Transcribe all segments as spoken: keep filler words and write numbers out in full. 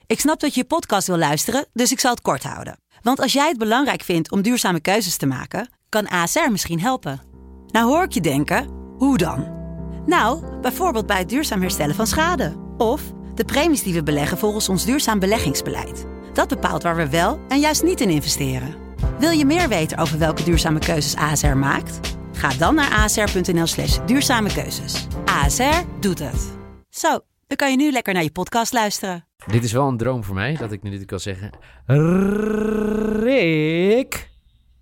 Ik snap dat je je podcast wil luisteren, dus ik zal het kort houden. Want als jij het belangrijk vindt om duurzame keuzes te maken, kan A S R misschien helpen. Nou hoor ik je denken, hoe dan? Nou, bijvoorbeeld bij het duurzaam herstellen van schade. Of de premies die we beleggen volgens ons duurzaam beleggingsbeleid. Dat bepaalt waar we wel en juist niet in investeren. Wil je meer weten over welke duurzame keuzes A S R maakt? Ga dan naar asr.nl slash duurzame keuzes. A S R doet het. Zo, dan kan je nu lekker naar je podcast luisteren. Dit is wel een droom voor mij, dat ik nu dit kan zeggen. Rick.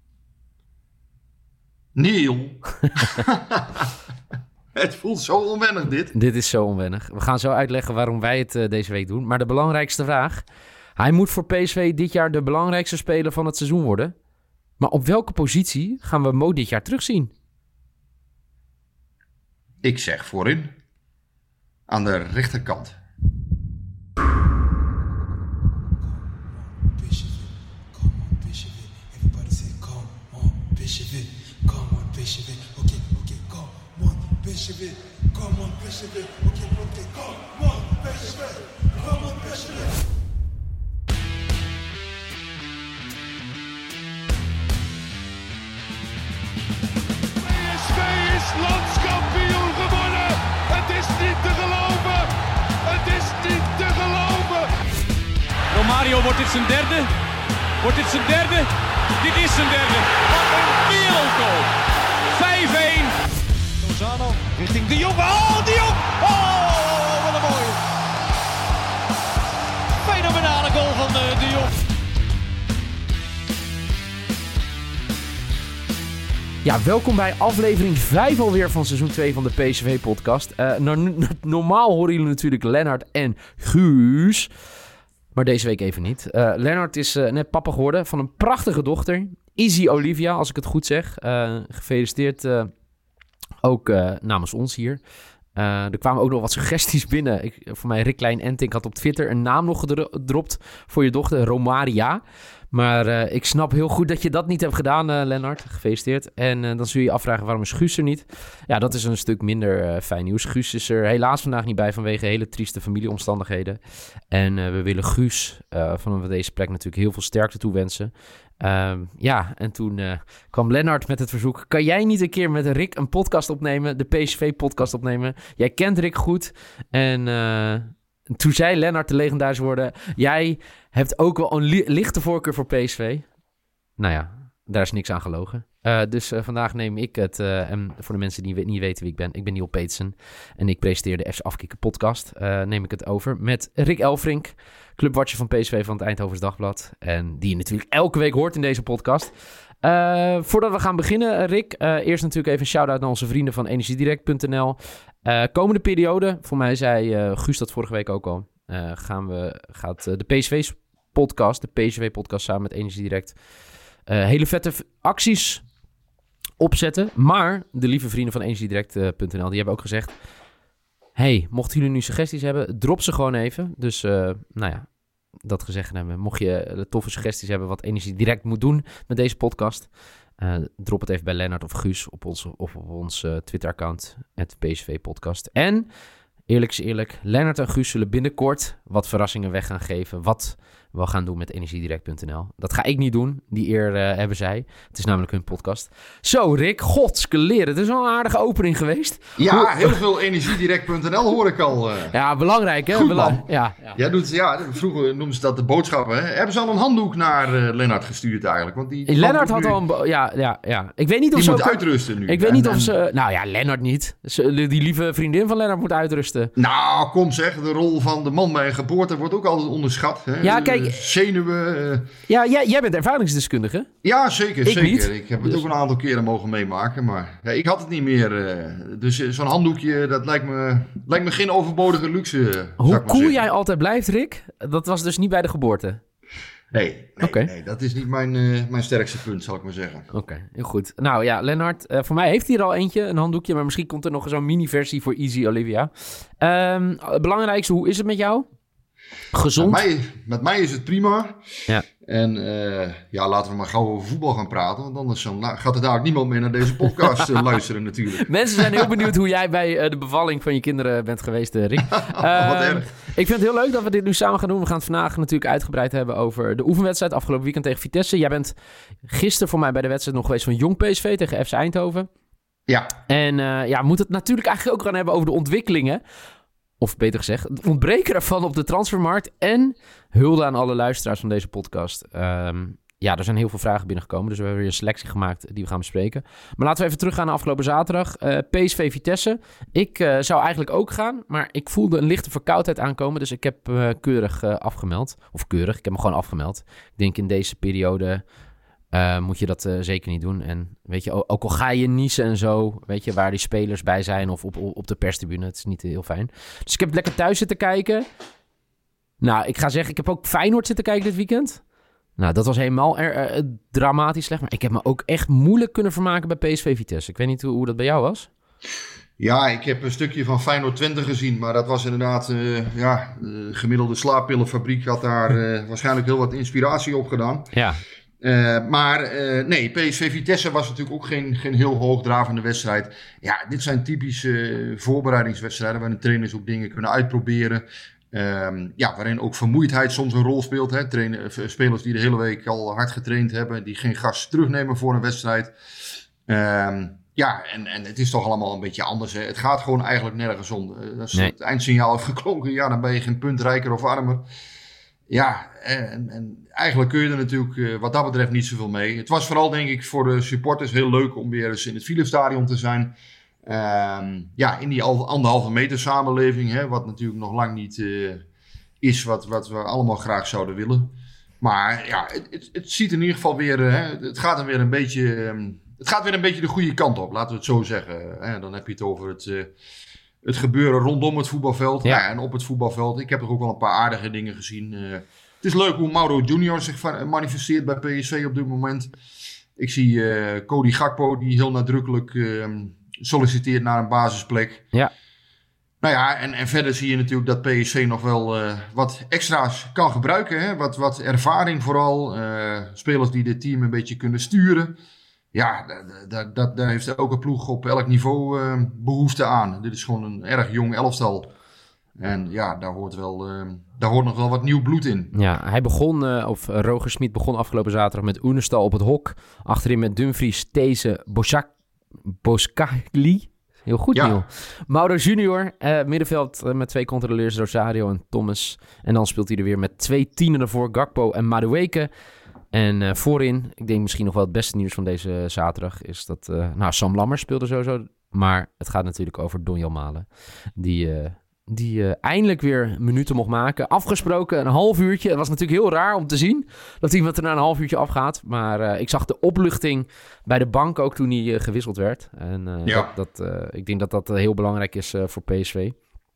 Neil. Het voelt zo onwennig, dit. Dit is zo onwennig. We gaan zo uitleggen waarom wij het uh, deze week doen. Maar de belangrijkste vraag. Hij moet voor P S V dit jaar de belangrijkste speler van het seizoen worden. Maar op welke positie gaan we Mo dit jaar terugzien? Ik zeg voorin. Aan de rechterkant. P S V, come on P S V, ok, ok, come on P S V, come on P S V. P S V is landskampioen geworden. Het is niet te geloven. Het is niet te geloven. Romario, wordt dit zijn derde? Wordt dit zijn derde? Dit is zijn derde. Wat een wereldgoal. vijf een. Lozano richting De Jong. Oh, De Jong! Oh, wat een mooie. Fenomenale goal van uh, De Jong. Ja, welkom bij aflevering vijf alweer van seizoen twee van de P S V-podcast. Uh, no- normaal horen jullie natuurlijk Lennart en Guus. Maar deze week even niet. Uh, Lennart is uh, net papa geworden van een prachtige dochter. Izzy Olivia, als ik het goed zeg. Uh, gefeliciteerd uh, ook uh, namens ons hier. Uh, er kwamen ook nog wat suggesties binnen. Ik, voor mij Rick Klein Entink had op Twitter een naam nog gedropt voor je dochter, Romaria. Maar uh, ik snap heel goed dat je dat niet hebt gedaan, uh, Lennart. Gefeliciteerd. En uh, dan zul je je afvragen, waarom is Guus er niet? Ja, dat is een stuk minder uh, fijn nieuws. Guus is er helaas vandaag niet bij vanwege hele trieste familieomstandigheden. En uh, we willen Guus uh, vanaf deze plek natuurlijk heel veel sterkte toewensen. Uh, ja, en toen uh, kwam Lennart met het verzoek, kan jij niet een keer met Rick een podcast opnemen, de P S V-podcast opnemen? Jij kent Rick goed. En uh, toen zei Lennart de legendarische woorden, jij hebt ook wel een li- lichte voorkeur voor P S V. Nou ja, daar is niks aan gelogen. Uh, dus uh, vandaag neem ik het, uh, en voor de mensen die we- niet weten wie ik ben, ik ben Neil Peetsen en ik presenteer de F C Afkikken podcast. Uh, neem ik het over met Rick Elfrink, clubwatcher van P S V van het Eindhovens Dagblad. En die je natuurlijk elke week hoort in deze podcast. Uh, voordat we gaan beginnen, Rick, uh, eerst natuurlijk even een shout-out naar onze vrienden van energiedirect punt n l. Uh, komende periode, voor mij zei uh, Guus dat vorige week ook al, uh, gaan we, gaat uh, de P S V-podcast, de P S V-podcast samen met Energiedirect, uh, hele vette v- acties opzetten. Maar de lieve vrienden van energiedirect punt n l, die hebben ook gezegd, hey, mochten jullie nu suggesties hebben, drop ze gewoon even. Dus, uh, nou ja, dat gezegd hebben. Mocht je toffe suggesties hebben wat Energiedirect moet doen met deze podcast, uh, drop het even bij Lennart of Guus op ons, of op ons uh, Twitter-account, het P S V-podcast. En, eerlijk is eerlijk, Lennart en Guus zullen binnenkort wat verrassingen weg gaan geven, wat we gaan doen met energiedirect punt n l. Dat ga ik niet doen, die eer uh, hebben zij. Het is namelijk hun podcast. Zo, Rick, godskeleren, het is wel een aardige opening geweest. Ja, Hoe... heel veel energiedirect punt n l hoor ik al. Uh. Ja, belangrijk, hè? Goed, Belang... man. Ja, ja. Jij doet, ja, vroeger noemden ze dat de boodschappen. Hè? Hebben ze al een handdoek naar uh, Lennart gestuurd eigenlijk? Want die, die Lennart had nu, al een... Bo- ja, ja, ja. Ik weet niet of die ze... moet ook... uitrusten nu. Ik weet en, niet of en... ze... Nou ja, Lennart niet. Ze, die lieve vriendin van Lennart moet uitrusten. Nou, kom zeg. De rol van de man bij een geboorte wordt ook altijd onderschat. Hè? Ja, kijk... Uh, zenuwen... Uh... Ja, jij, jij bent ervaringsdeskundige. Ja, zeker. Ik zeker. niet. Ik heb het Dus... ook een aantal keren mogen meemaken. Maar ja, ik had het niet meer. Uh, dus uh, zo'n handdoekje, dat lijkt me, lijkt me geen overbodige luxe. Uh, Hoe cool jij altijd blijft, Rick, dat was dus niet bij de geboorte. Nee, nee, okay. nee dat is niet mijn, uh, mijn sterkste punt, zal ik maar zeggen. Oké, okay, heel goed. Nou ja, Lennart, uh, voor mij heeft hij er al eentje, een handdoekje. Maar misschien komt er nog zo'n mini-versie voor Izzy Olivia. Um, het belangrijkste, hoe is het met jou? Gezond? Met mij, met mij is het prima. Ja. En uh, ja, laten we maar gauw over voetbal gaan praten. Want anders dan gaat er daar niemand meer naar deze podcast uh, luisteren natuurlijk. Mensen zijn heel benieuwd hoe jij bij uh, de bevalling van je kinderen bent geweest, uh, Rick. Uh, Wat erg. Ik vind het heel leuk dat we dit nu samen gaan doen. We gaan het vandaag natuurlijk uitgebreid hebben over de oefenwedstrijd afgelopen weekend tegen Vitesse. Jij bent gisteren voor mij bij de wedstrijd nog geweest van Jong P S V tegen F C Eindhoven. Ja. En uh, ja, we moeten het natuurlijk eigenlijk ook gaan hebben over de ontwikkelingen. Of beter gezegd, het ontbreken ervan op de transfermarkt. En hulde aan alle luisteraars van deze podcast. Um, ja, er zijn heel veel vragen binnengekomen. Dus we hebben weer een selectie gemaakt die we gaan bespreken. Maar laten we even teruggaan naar afgelopen zaterdag. Uh, P S V Vitesse. Ik uh, zou eigenlijk ook gaan. Maar ik voelde een lichte verkoudheid aankomen. Dus ik heb uh, keurig uh, afgemeld. Of keurig, ik heb me gewoon afgemeld. Ik denk in deze periode... Uh, moet je dat uh, zeker niet doen. En weet je, ook al ga je niezen en zo, weet je, waar die spelers bij zijn of op, op de perstribune, het is niet heel fijn. Dus ik heb lekker thuis zitten kijken. Nou, ik ga zeggen, ik heb ook Feyenoord zitten kijken dit weekend. Nou, dat was helemaal er, uh, dramatisch slecht. Maar ik heb me ook echt moeilijk kunnen vermaken bij P S V Vitesse. Ik weet niet hoe, hoe dat bij jou was. Ja, ik heb een stukje van Feyenoord Twente gezien, maar dat was inderdaad, uh, ja, de gemiddelde slaappillenfabriek had daar uh, waarschijnlijk heel wat inspiratie op gedaan. Ja. Uh, maar uh, nee, P S V Vitesse was natuurlijk ook geen, geen heel hoogdravende wedstrijd. Ja, dit zijn typische uh, voorbereidingswedstrijden waarin trainers ook dingen kunnen uitproberen. Um, ja, waarin ook vermoeidheid soms een rol speelt. Hè. Trainer, uh, spelers die de hele week al hard getraind hebben, die geen gas terugnemen voor een wedstrijd. Um, ja, en, en het is toch allemaal een beetje anders. Hè. Het gaat gewoon eigenlijk nergens om. Uh, als nee. het eindsignaal heeft geklonken, ja, dan ben je geen punt rijker of armer. Ja, en, en eigenlijk kun je er natuurlijk uh, wat dat betreft niet zoveel mee. Het was vooral denk ik voor de supporters heel leuk om weer eens in het Philipsstadion te zijn. Um, ja, in die al, anderhalve meter samenleving, hè, wat natuurlijk nog lang niet uh, is wat, wat we allemaal graag zouden willen. Maar ja, het, het, het ziet in ieder geval weer, uh, hè, het gaat er weer een beetje, um, het gaat weer een beetje de goede kant op, laten we het zo zeggen. Hè. Dan heb je het over het... Uh, Het gebeuren rondom het voetbalveld. Ja. Ja, en op het voetbalveld. Ik heb er ook wel een paar aardige dingen gezien. Uh, het is leuk hoe Mauro Junior zich van, manifesteert bij P S V op dit moment. Ik zie uh, Cody Gakpo die heel nadrukkelijk uh, solliciteert naar een basisplek. Ja. Nou ja, en, en verder zie je natuurlijk dat P S V nog wel uh, wat extra's kan gebruiken. Hè? Wat, wat ervaring vooral. Uh, spelers die dit team een beetje kunnen sturen. Ja, daar, daar, daar heeft elke ploeg op elk niveau uh, behoefte aan. Dit is gewoon een erg jong elftal. En ja, daar hoort, wel, uh, daar hoort nog wel wat nieuw bloed in. Ja, hij begon, uh, of uh, Roger Smit begon afgelopen zaterdag met Oenestal op het hok. Achterin met Dumfries, These, Boskagli. Heel goed, ja. Niel. Mauro Junior, uh, middenveld uh, met twee controleurs, Rosario en Thomas. En dan speelt hij er weer met twee tienen ervoor, Gakpo en Madueke. En uh, voorin, ik denk misschien nog wel het beste nieuws van deze zaterdag, is dat... Uh, nou, Sam Lammers speelde sowieso, maar het gaat natuurlijk over Donjan Malen. Die, uh, die uh, eindelijk weer minuten mocht maken. Afgesproken een half uurtje. Het was natuurlijk heel raar om te zien dat iemand er na een half uurtje afgaat. Maar uh, ik zag de opluchting bij de bank ook toen hij uh, gewisseld werd. En uh, ja. dat, dat, uh, ik denk dat dat uh, heel belangrijk is uh, voor P S V. Uh,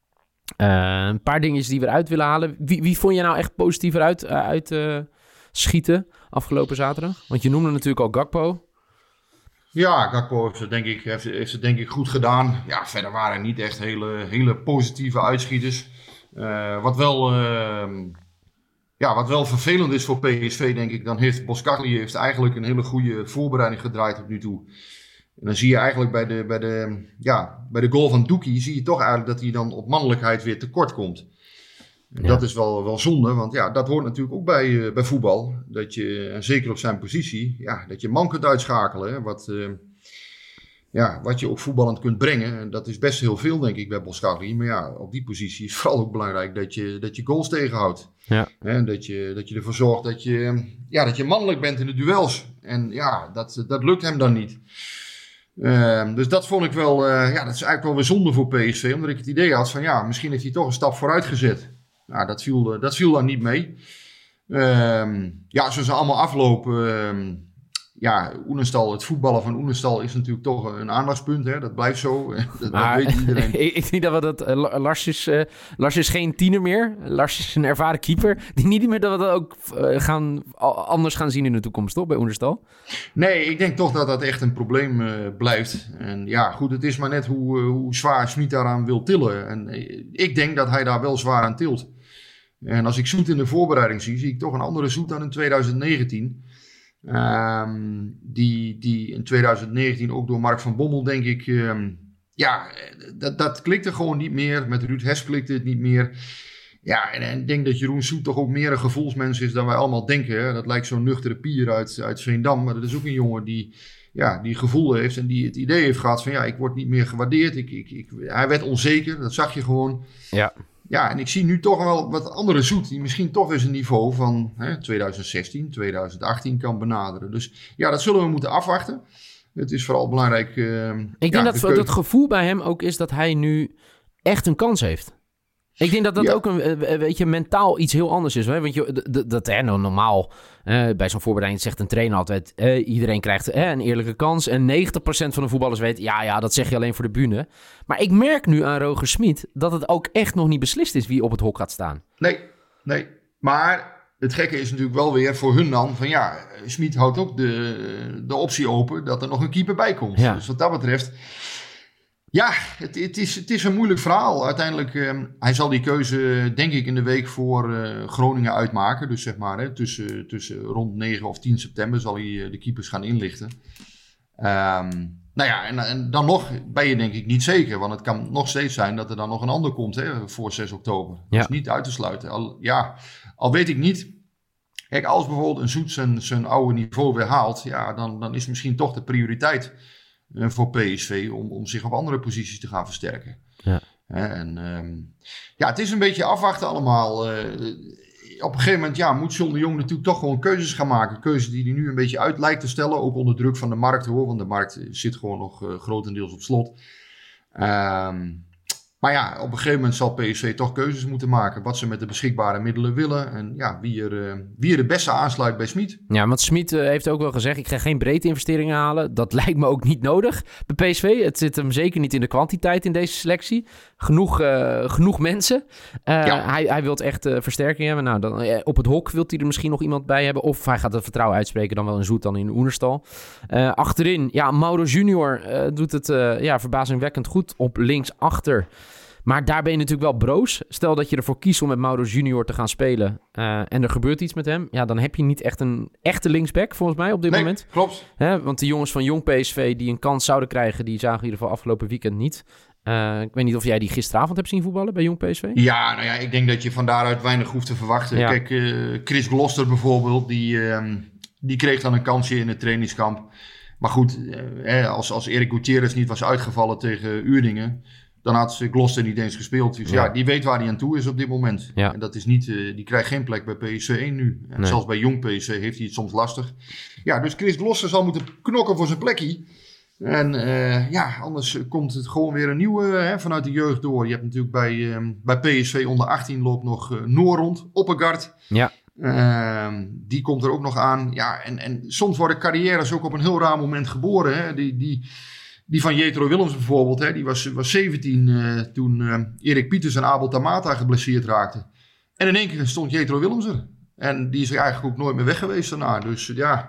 een paar dingetjes die we eruit willen halen. Wie, wie vond je nou echt positiever uit, uh, uit uh, schieten afgelopen zaterdag? Want je noemde natuurlijk al Gakpo. Ja, Gakpo heeft het denk ik, heeft, heeft het denk ik goed gedaan. Ja, verder waren er niet echt hele, hele positieve uitschieters. Uh, wat, wel, uh, ja, wat wel vervelend is voor P S V, denk ik, dan heeft Boskagli heeft eigenlijk een hele goede voorbereiding gedraaid tot nu toe. En dan zie je eigenlijk bij de, bij de, ja, bij de goal van Doekie, zie je toch eigenlijk dat hij dan op mannelijkheid weer tekort komt. Ja. Dat is wel, wel zonde, want ja, dat hoort natuurlijk ook bij, uh, bij voetbal. Dat je, en zeker op zijn positie, ja, dat je man kunt uitschakelen. Hè, wat, uh, ja, wat je ook voetballend kunt brengen. En dat is best heel veel, denk ik, bij Boskagli. Maar ja, op die positie is vooral ook belangrijk dat je, dat je goals tegenhoudt. Ja. Hè, dat, je, dat je ervoor zorgt dat je, ja, dat je mannelijk bent in de duels. En ja, dat, dat lukt hem dan niet. Uh, dus dat vond ik wel, uh, ja, dat is eigenlijk wel weer zonde voor P S V. Omdat ik het idee had van, ja, misschien heeft hij toch een stap vooruit gezet. Nou, dat viel, dat viel dan niet mee. Um, ja, zoals ze allemaal aflopen. Um, ja, Oenestal, het voetballen van Oenestal is natuurlijk toch een aandachtspunt. Hè? Dat blijft zo. dat, maar, dat weet iedereen. ik, ik denk dat we dat... Uh, Lars, is, uh, Lars is geen tiener meer. Lars is een ervaren keeper. Ik denk niet meer dat we dat ook uh, gaan, anders gaan zien in de toekomst, toch? Bij Oenestal? Nee, ik denk toch dat dat echt een probleem uh, blijft. En ja, goed, het is maar net hoe, uh, hoe zwaar Smit daaraan wil tillen. En uh, ik denk dat hij daar wel zwaar aan tilt. En als ik Zoet in de voorbereiding zie, zie ik toch een andere Zoet dan in twintig negentien. Um, die, die in twintig negentien ook door Mark van Bommel, denk ik... Um, ja, dat, dat klikte gewoon niet meer. Met Ruud Hes klikte het niet meer. Ja, en, en ik denk dat Jeroen Zoet toch ook meer een gevoelsmens is dan wij allemaal denken. Hè? Dat lijkt zo'n nuchtere pier uit, uit Veendam. Maar dat is ook een jongen die, ja, die gevoel heeft en die het idee heeft gehad van... ja, ik word niet meer gewaardeerd. Ik, ik, ik, hij werd onzeker, dat zag je gewoon. Ja. Ja, en ik zie nu toch wel wat andere Zoet die misschien toch weer zijn niveau van hè, twintig zestien, twintig achttien kan benaderen. Dus ja, dat zullen we moeten afwachten. Het is vooral belangrijk... Uh, ik ja, denk dat het gevoel bij hem ook is dat hij nu echt een kans heeft. Ik denk dat dat ja. ook een, weet je, mentaal iets heel anders is. Hè? Want je, dat, dat hè, normaal eh, bij zo'n voorbereiding zegt een trainer altijd... Eh, iedereen krijgt eh, een eerlijke kans. En negentig procent van de voetballers weet... ja, ja, dat zeg je alleen voor de bühne. Maar ik merk nu aan Roger Smit dat het ook echt nog niet beslist is wie op het hok gaat staan. Nee, nee. Maar het gekke is natuurlijk wel weer voor hun dan... van ja, Smit houdt ook de, de optie open dat er nog een keeper bij komt. Ja. Dus wat dat betreft... Ja, het, het, is, het is een moeilijk verhaal. Uiteindelijk, uh, hij zal die keuze denk ik in de week voor uh, Groningen uitmaken. Dus zeg maar, hè, tussen, tussen rond negen of tien september zal hij uh, de keepers gaan inlichten. Um, nou ja, en, en dan nog ben je denk ik niet zeker. Want het kan nog steeds zijn dat er dan nog een ander komt hè, voor zes oktober. Ja. Dat is niet uit te sluiten. Al, ja, al weet ik niet. Kijk, als bijvoorbeeld een Zoet zijn, zijn oude niveau weer haalt. Ja, dan, dan is misschien toch de prioriteit... voor P S V om, om zich op andere posities te gaan versterken. Ja. En um, ja, het is een beetje afwachten allemaal. Uh, op een gegeven moment ja, moet John de Jong natuurlijk toch gewoon keuzes gaan maken. Keuzes die hij nu een beetje uit lijkt te stellen. Ook onder druk van de markt hoor. Want de markt zit gewoon nog uh, grotendeels op slot. Um, maar ja, op een gegeven moment zal P S V toch keuzes moeten maken. Wat ze met de beschikbare middelen willen. En ja, wie er, uh, wie er de beste aansluit bij Smit. Ja, want Smit uh, heeft ook wel gezegd... ik ga geen breedte investeringen halen. Dat lijkt me ook niet nodig bij P S V. Het zit hem zeker niet in de kwantiteit in deze selectie. Genoeg, uh, genoeg mensen. Uh, ja. hij, hij wil echt uh, versterking hebben. Nou, dan, uh, op het hok wil hij er misschien nog iemand bij hebben. Of hij gaat het vertrouwen uitspreken. Dan wel in Zoet, dan in Oenerstal. Uh, achterin, ja, Mauro Junior uh, doet het uh, ja, verbazingwekkend goed op linksachter. Maar daar ben je natuurlijk wel broos. Stel dat je ervoor kiest om met Mauro Junior te gaan spelen... Uh, en er gebeurt iets met hem... ja, dan heb je niet echt een echte linksback volgens mij op dit nee, moment. Klopt. Hè, want de jongens van Jong P S V die een kans zouden krijgen... die zagen in ieder geval afgelopen weekend niet. Uh, ik weet niet of jij die gisteravond hebt zien voetballen bij Jong P S V? Ja, nou ja, ik denk dat je van daaruit weinig hoeft te verwachten. Ja. Kijk, uh, Chris Gloster bijvoorbeeld... Die, uh, die kreeg dan een kansje in het trainingskamp. Maar goed, uh, als, als Erik Gutierrez niet was uitgevallen tegen Uerdingen... dan had Gloster niet eens gespeeld. Dus ja. ja, die weet waar hij aan toe is op dit moment. Ja. En dat is niet, uh, die krijgt geen plek bij P S V één nu. En nee. Zelfs bij Jong P S V heeft hij het soms lastig. Ja, dus Chris Gloster zal moeten knokken voor zijn plekje. En uh, ja, anders komt het gewoon weer een nieuwe hè, vanuit de jeugd door. Je hebt natuurlijk bij, uh, bij P S V onder achttien loopt nog uh, Noor rond, Oppegaard. Ja. Uh, die komt er ook nog aan. Ja, en, en soms worden carrières ook op een heel raar moment geboren. Hè. Die... die Die van Jetro Willems bijvoorbeeld, hè, die was, was zeventien uh, toen uh, Erik Pieters en Abel Tamata geblesseerd raakten. En in één keer stond Jetro Willems er. En die is er eigenlijk ook nooit meer weg geweest daarna. Dus uh, ja,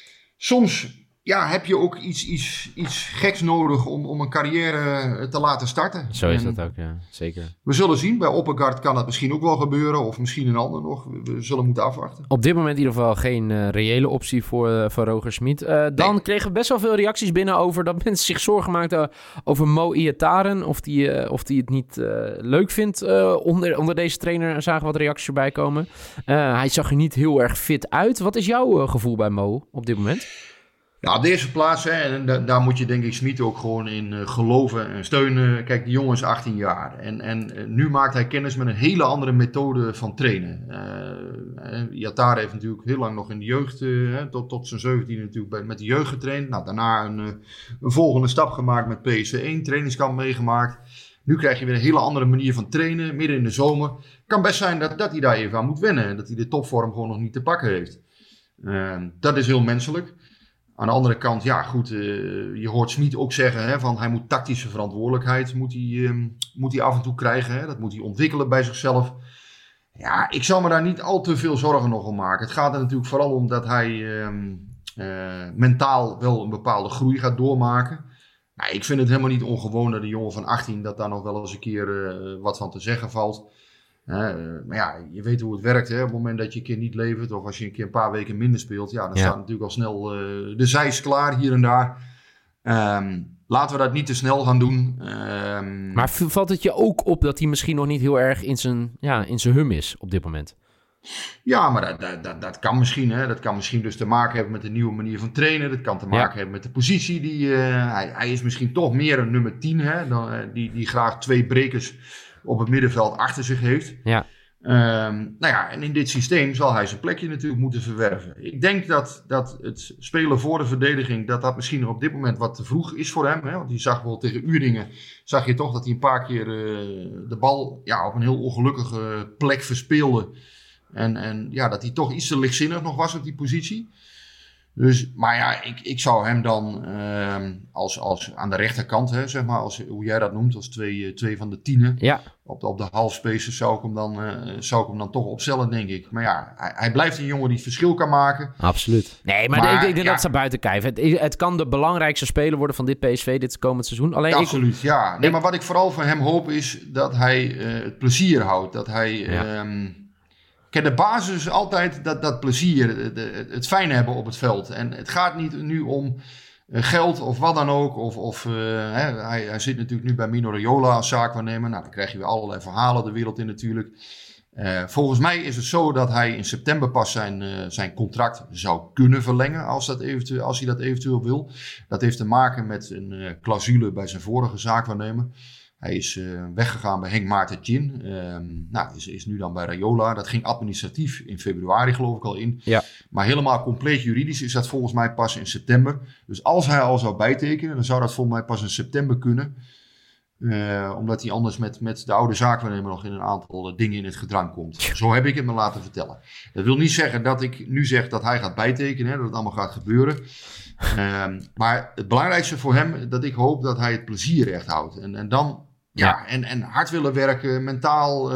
soms ja, heb je ook iets, iets, iets geks nodig om, om een carrière te laten starten. Zo is en dat ook, ja. Zeker. We zullen zien. Bij Oppegaard kan dat misschien ook wel gebeuren. Of misschien een ander nog. We, we zullen moeten afwachten. Op dit moment in ieder geval geen uh, reële optie voor, uh, voor Roger Smit. Uh, dan nee. kregen we best wel veel reacties binnen over dat mensen zich zorgen maakten over Mo Iataren. Of die, uh, of die het niet uh, leuk vindt. Uh, onder, onder deze trainer zagen wat reacties erbij komen. Uh, hij zag er niet heel erg fit uit. Wat is jouw uh, gevoel bij Mo op dit moment? Ja, op de eerste plaats, hè, en da- daar moet je denk ik Smit ook gewoon in uh, geloven en steunen. Kijk, die jongen is achttien jaar en, en uh, nu maakt hij kennis met een hele andere methode van trainen. Uh, uh, Iataren heeft natuurlijk heel lang nog in de jeugd, uh, tot, tot zijn zeventiende natuurlijk bij, met de jeugd getraind. Nou, daarna een, uh, een volgende stap gemaakt met P S V één, trainingskamp meegemaakt. Nu krijg je weer een hele andere manier van trainen, midden in de zomer. Kan best zijn dat, dat hij daar even aan moet wennen, dat hij de topvorm gewoon nog niet te pakken heeft. Uh, dat is heel menselijk. Aan de andere kant, ja goed, uh, je hoort Smit ook zeggen hè, van hij moet tactische verantwoordelijkheid moet hij, um, moet hij af en toe krijgen. Hè, dat moet hij ontwikkelen bij zichzelf. Ja, ik zal me daar niet al te veel zorgen nog om maken. Het gaat er natuurlijk vooral om dat hij um, uh, mentaal wel een bepaalde groei gaat doormaken. Nou, ik vind het helemaal niet ongewoon dat een jongen van achttien dat daar nog wel eens een keer uh, wat van te zeggen valt. Uh, maar ja, je weet hoe het werkt. Hè? Op het moment dat je een keer niet levert of als je een keer een paar weken minder speelt, ja, dan ja. staat natuurlijk al snel uh, de zeis klaar hier en daar. Um, laten we dat niet te snel gaan doen. Um, maar valt het je ook op dat hij misschien nog niet heel erg in zijn, ja, in zijn hum is op dit moment? Ja, maar dat, dat, dat, dat kan misschien. Hè. Dat kan misschien dus te maken hebben met de nieuwe manier van trainen. Dat kan te maken ja. hebben met de positie. Die, uh, hij, hij is misschien toch meer een nummer tien. Hè, dan, uh, die, die graag twee brekers op het middenveld achter zich heeft. Ja. Um, nou ja, en in dit systeem zal hij zijn plekje natuurlijk moeten verwerven. Ik denk dat, dat het spelen voor de verdediging, dat dat misschien nog op dit moment wat te vroeg is voor hem. Hè? Want je zag wel tegen Uerdingen, zag je toch dat hij een paar keer uh, de bal ja, op een heel ongelukkige plek verspeelde. En, en ja, dat hij toch iets te lichtzinnig nog was op die positie. Dus, maar ja, ik, ik zou hem dan uh, als, als aan de rechterkant, hè, zeg maar, als, hoe jij dat noemt, als twee, twee van de tienen. Ja. Op de, op de halfspaces zou ik hem dan, uh, zou ik hem dan toch opstellen, denk ik. Maar ja, hij, hij blijft een jongen die het verschil kan maken. Absoluut. Nee, maar, maar ik, ik denk ja. dat ze buiten kijven. Het, het kan de belangrijkste speler worden van dit P S V dit komend seizoen. Alleen ja, absoluut, ik, ja. Nee, ik, maar wat ik vooral van hem hoop is dat hij uh, het plezier houdt. Dat hij... Ja. Um, Kijk, de basis is altijd dat, dat plezier, de, de, het fijn hebben op het veld. En het gaat niet nu om uh, geld of wat dan ook. Of, of, uh, hè, hij, hij zit natuurlijk nu bij Mino Raiola als zaakwaarnemer. Nou, dan krijg je weer allerlei verhalen de wereld in natuurlijk. Uh, volgens mij is het zo dat hij in september pas zijn, uh, zijn contract zou kunnen verlengen. Als, dat eventueel, als hij dat eventueel wil. Dat heeft te maken met een uh, clausule bij zijn vorige zaakwaarnemer. Hij is uh, weggegaan bij Henk Maarten Tjin. Um, nou, is, is nu dan bij Raiola. Dat ging administratief in februari geloof ik al in. Ja. Maar helemaal compleet juridisch is dat volgens mij pas in september. Dus als hij al zou bijtekenen, dan zou dat volgens mij pas in september kunnen. Uh, omdat hij anders met, met de oude zaakwaarnemer nog in een aantal uh, dingen in het gedrang komt. Zo heb ik het me laten vertellen. Dat wil niet zeggen dat ik nu zeg dat hij gaat bijtekenen. Hè, dat het allemaal gaat gebeuren. Um, maar het belangrijkste voor hem, dat ik hoop dat hij het plezier echt houdt. En, en dan... Ja, ja. En, en hard willen werken, mentaal, uh,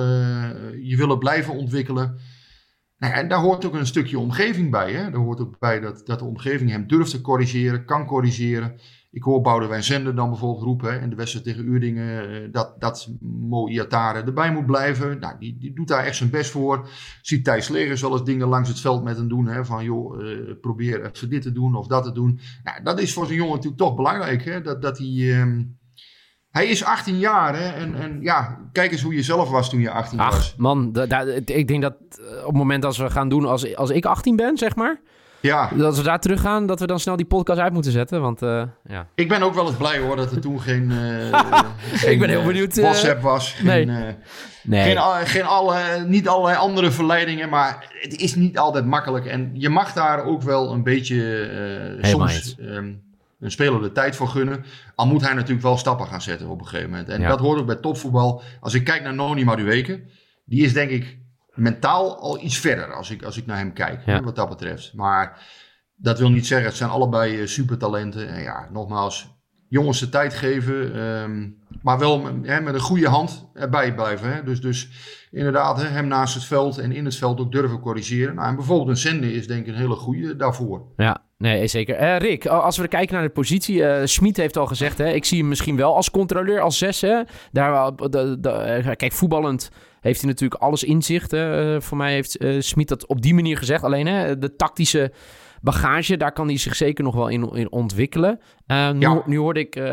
je willen blijven ontwikkelen. Nou ja, en daar hoort ook een stukje omgeving bij. Hè? Daar hoort ook bij dat, dat de omgeving hem durft te corrigeren, kan corrigeren. Ik hoor Boudewijn Zender dan bijvoorbeeld roepen, hè, in de wedstrijd tegen Uerdingen, uh, dat, dat Mo Iatare erbij moet blijven. Nou, die, die doet daar echt zijn best voor. Ziet Thijs Legers wel eens dingen langs het veld met hem doen. Hè, van joh, uh, probeer even dit te doen of dat te doen. Nou, dat is voor zo'n jongen natuurlijk toch belangrijk. Hè? Dat, dat hij... Um, Hij is achttien jaar, hè? En, en ja, kijk eens hoe je zelf was toen je achttien Ach, was. Man, da, da, ik denk dat op het moment dat we gaan doen als, als ik achttien ben, zeg maar. Ja. Dat we daar terug gaan, dat we dan snel die podcast uit moeten zetten. Want, uh, ja. Ik ben ook wel eens blij hoor dat er toen geen, uh, geen ik ben heel benieuwd, uh, WhatsApp was. Geen, nee. Uh, nee. geen, uh, geen alle, niet allerlei andere verleidingen, maar het is niet altijd makkelijk. En je mag daar ook wel een beetje uh, soms... Um, een speler de tijd voor gunnen. Al moet hij natuurlijk wel stappen gaan zetten op een gegeven moment. En ja. dat hoort ook bij topvoetbal. Als ik kijk naar Noni Madueke, die is denk ik mentaal al iets verder als ik, als ik naar hem kijk. Ja. Hè, wat dat betreft. Maar dat wil niet zeggen, het zijn allebei uh, supertalenten. En ja, nogmaals, jongens de tijd geven. Um, maar wel hè, met een goede hand erbij blijven. Hè. Dus, dus inderdaad, hè, hem naast het veld en in het veld ook durven corrigeren. Nou, en bijvoorbeeld een Zende is denk ik een hele goede daarvoor. Ja. Nee, zeker. Uh, Rick, als we kijken naar de positie... Uh, Schmid heeft al gezegd, hè, ik zie hem misschien wel als controleur, als zes. Hè. Daar, de, de, de, kijk, voetballend heeft hij natuurlijk alles inzicht. Hè. Uh, voor mij heeft uh, Schmid dat op die manier gezegd. Alleen hè, de tactische bagage, daar kan hij zich zeker nog wel in, in ontwikkelen. Uh, nu, ja. nu hoorde ik uh,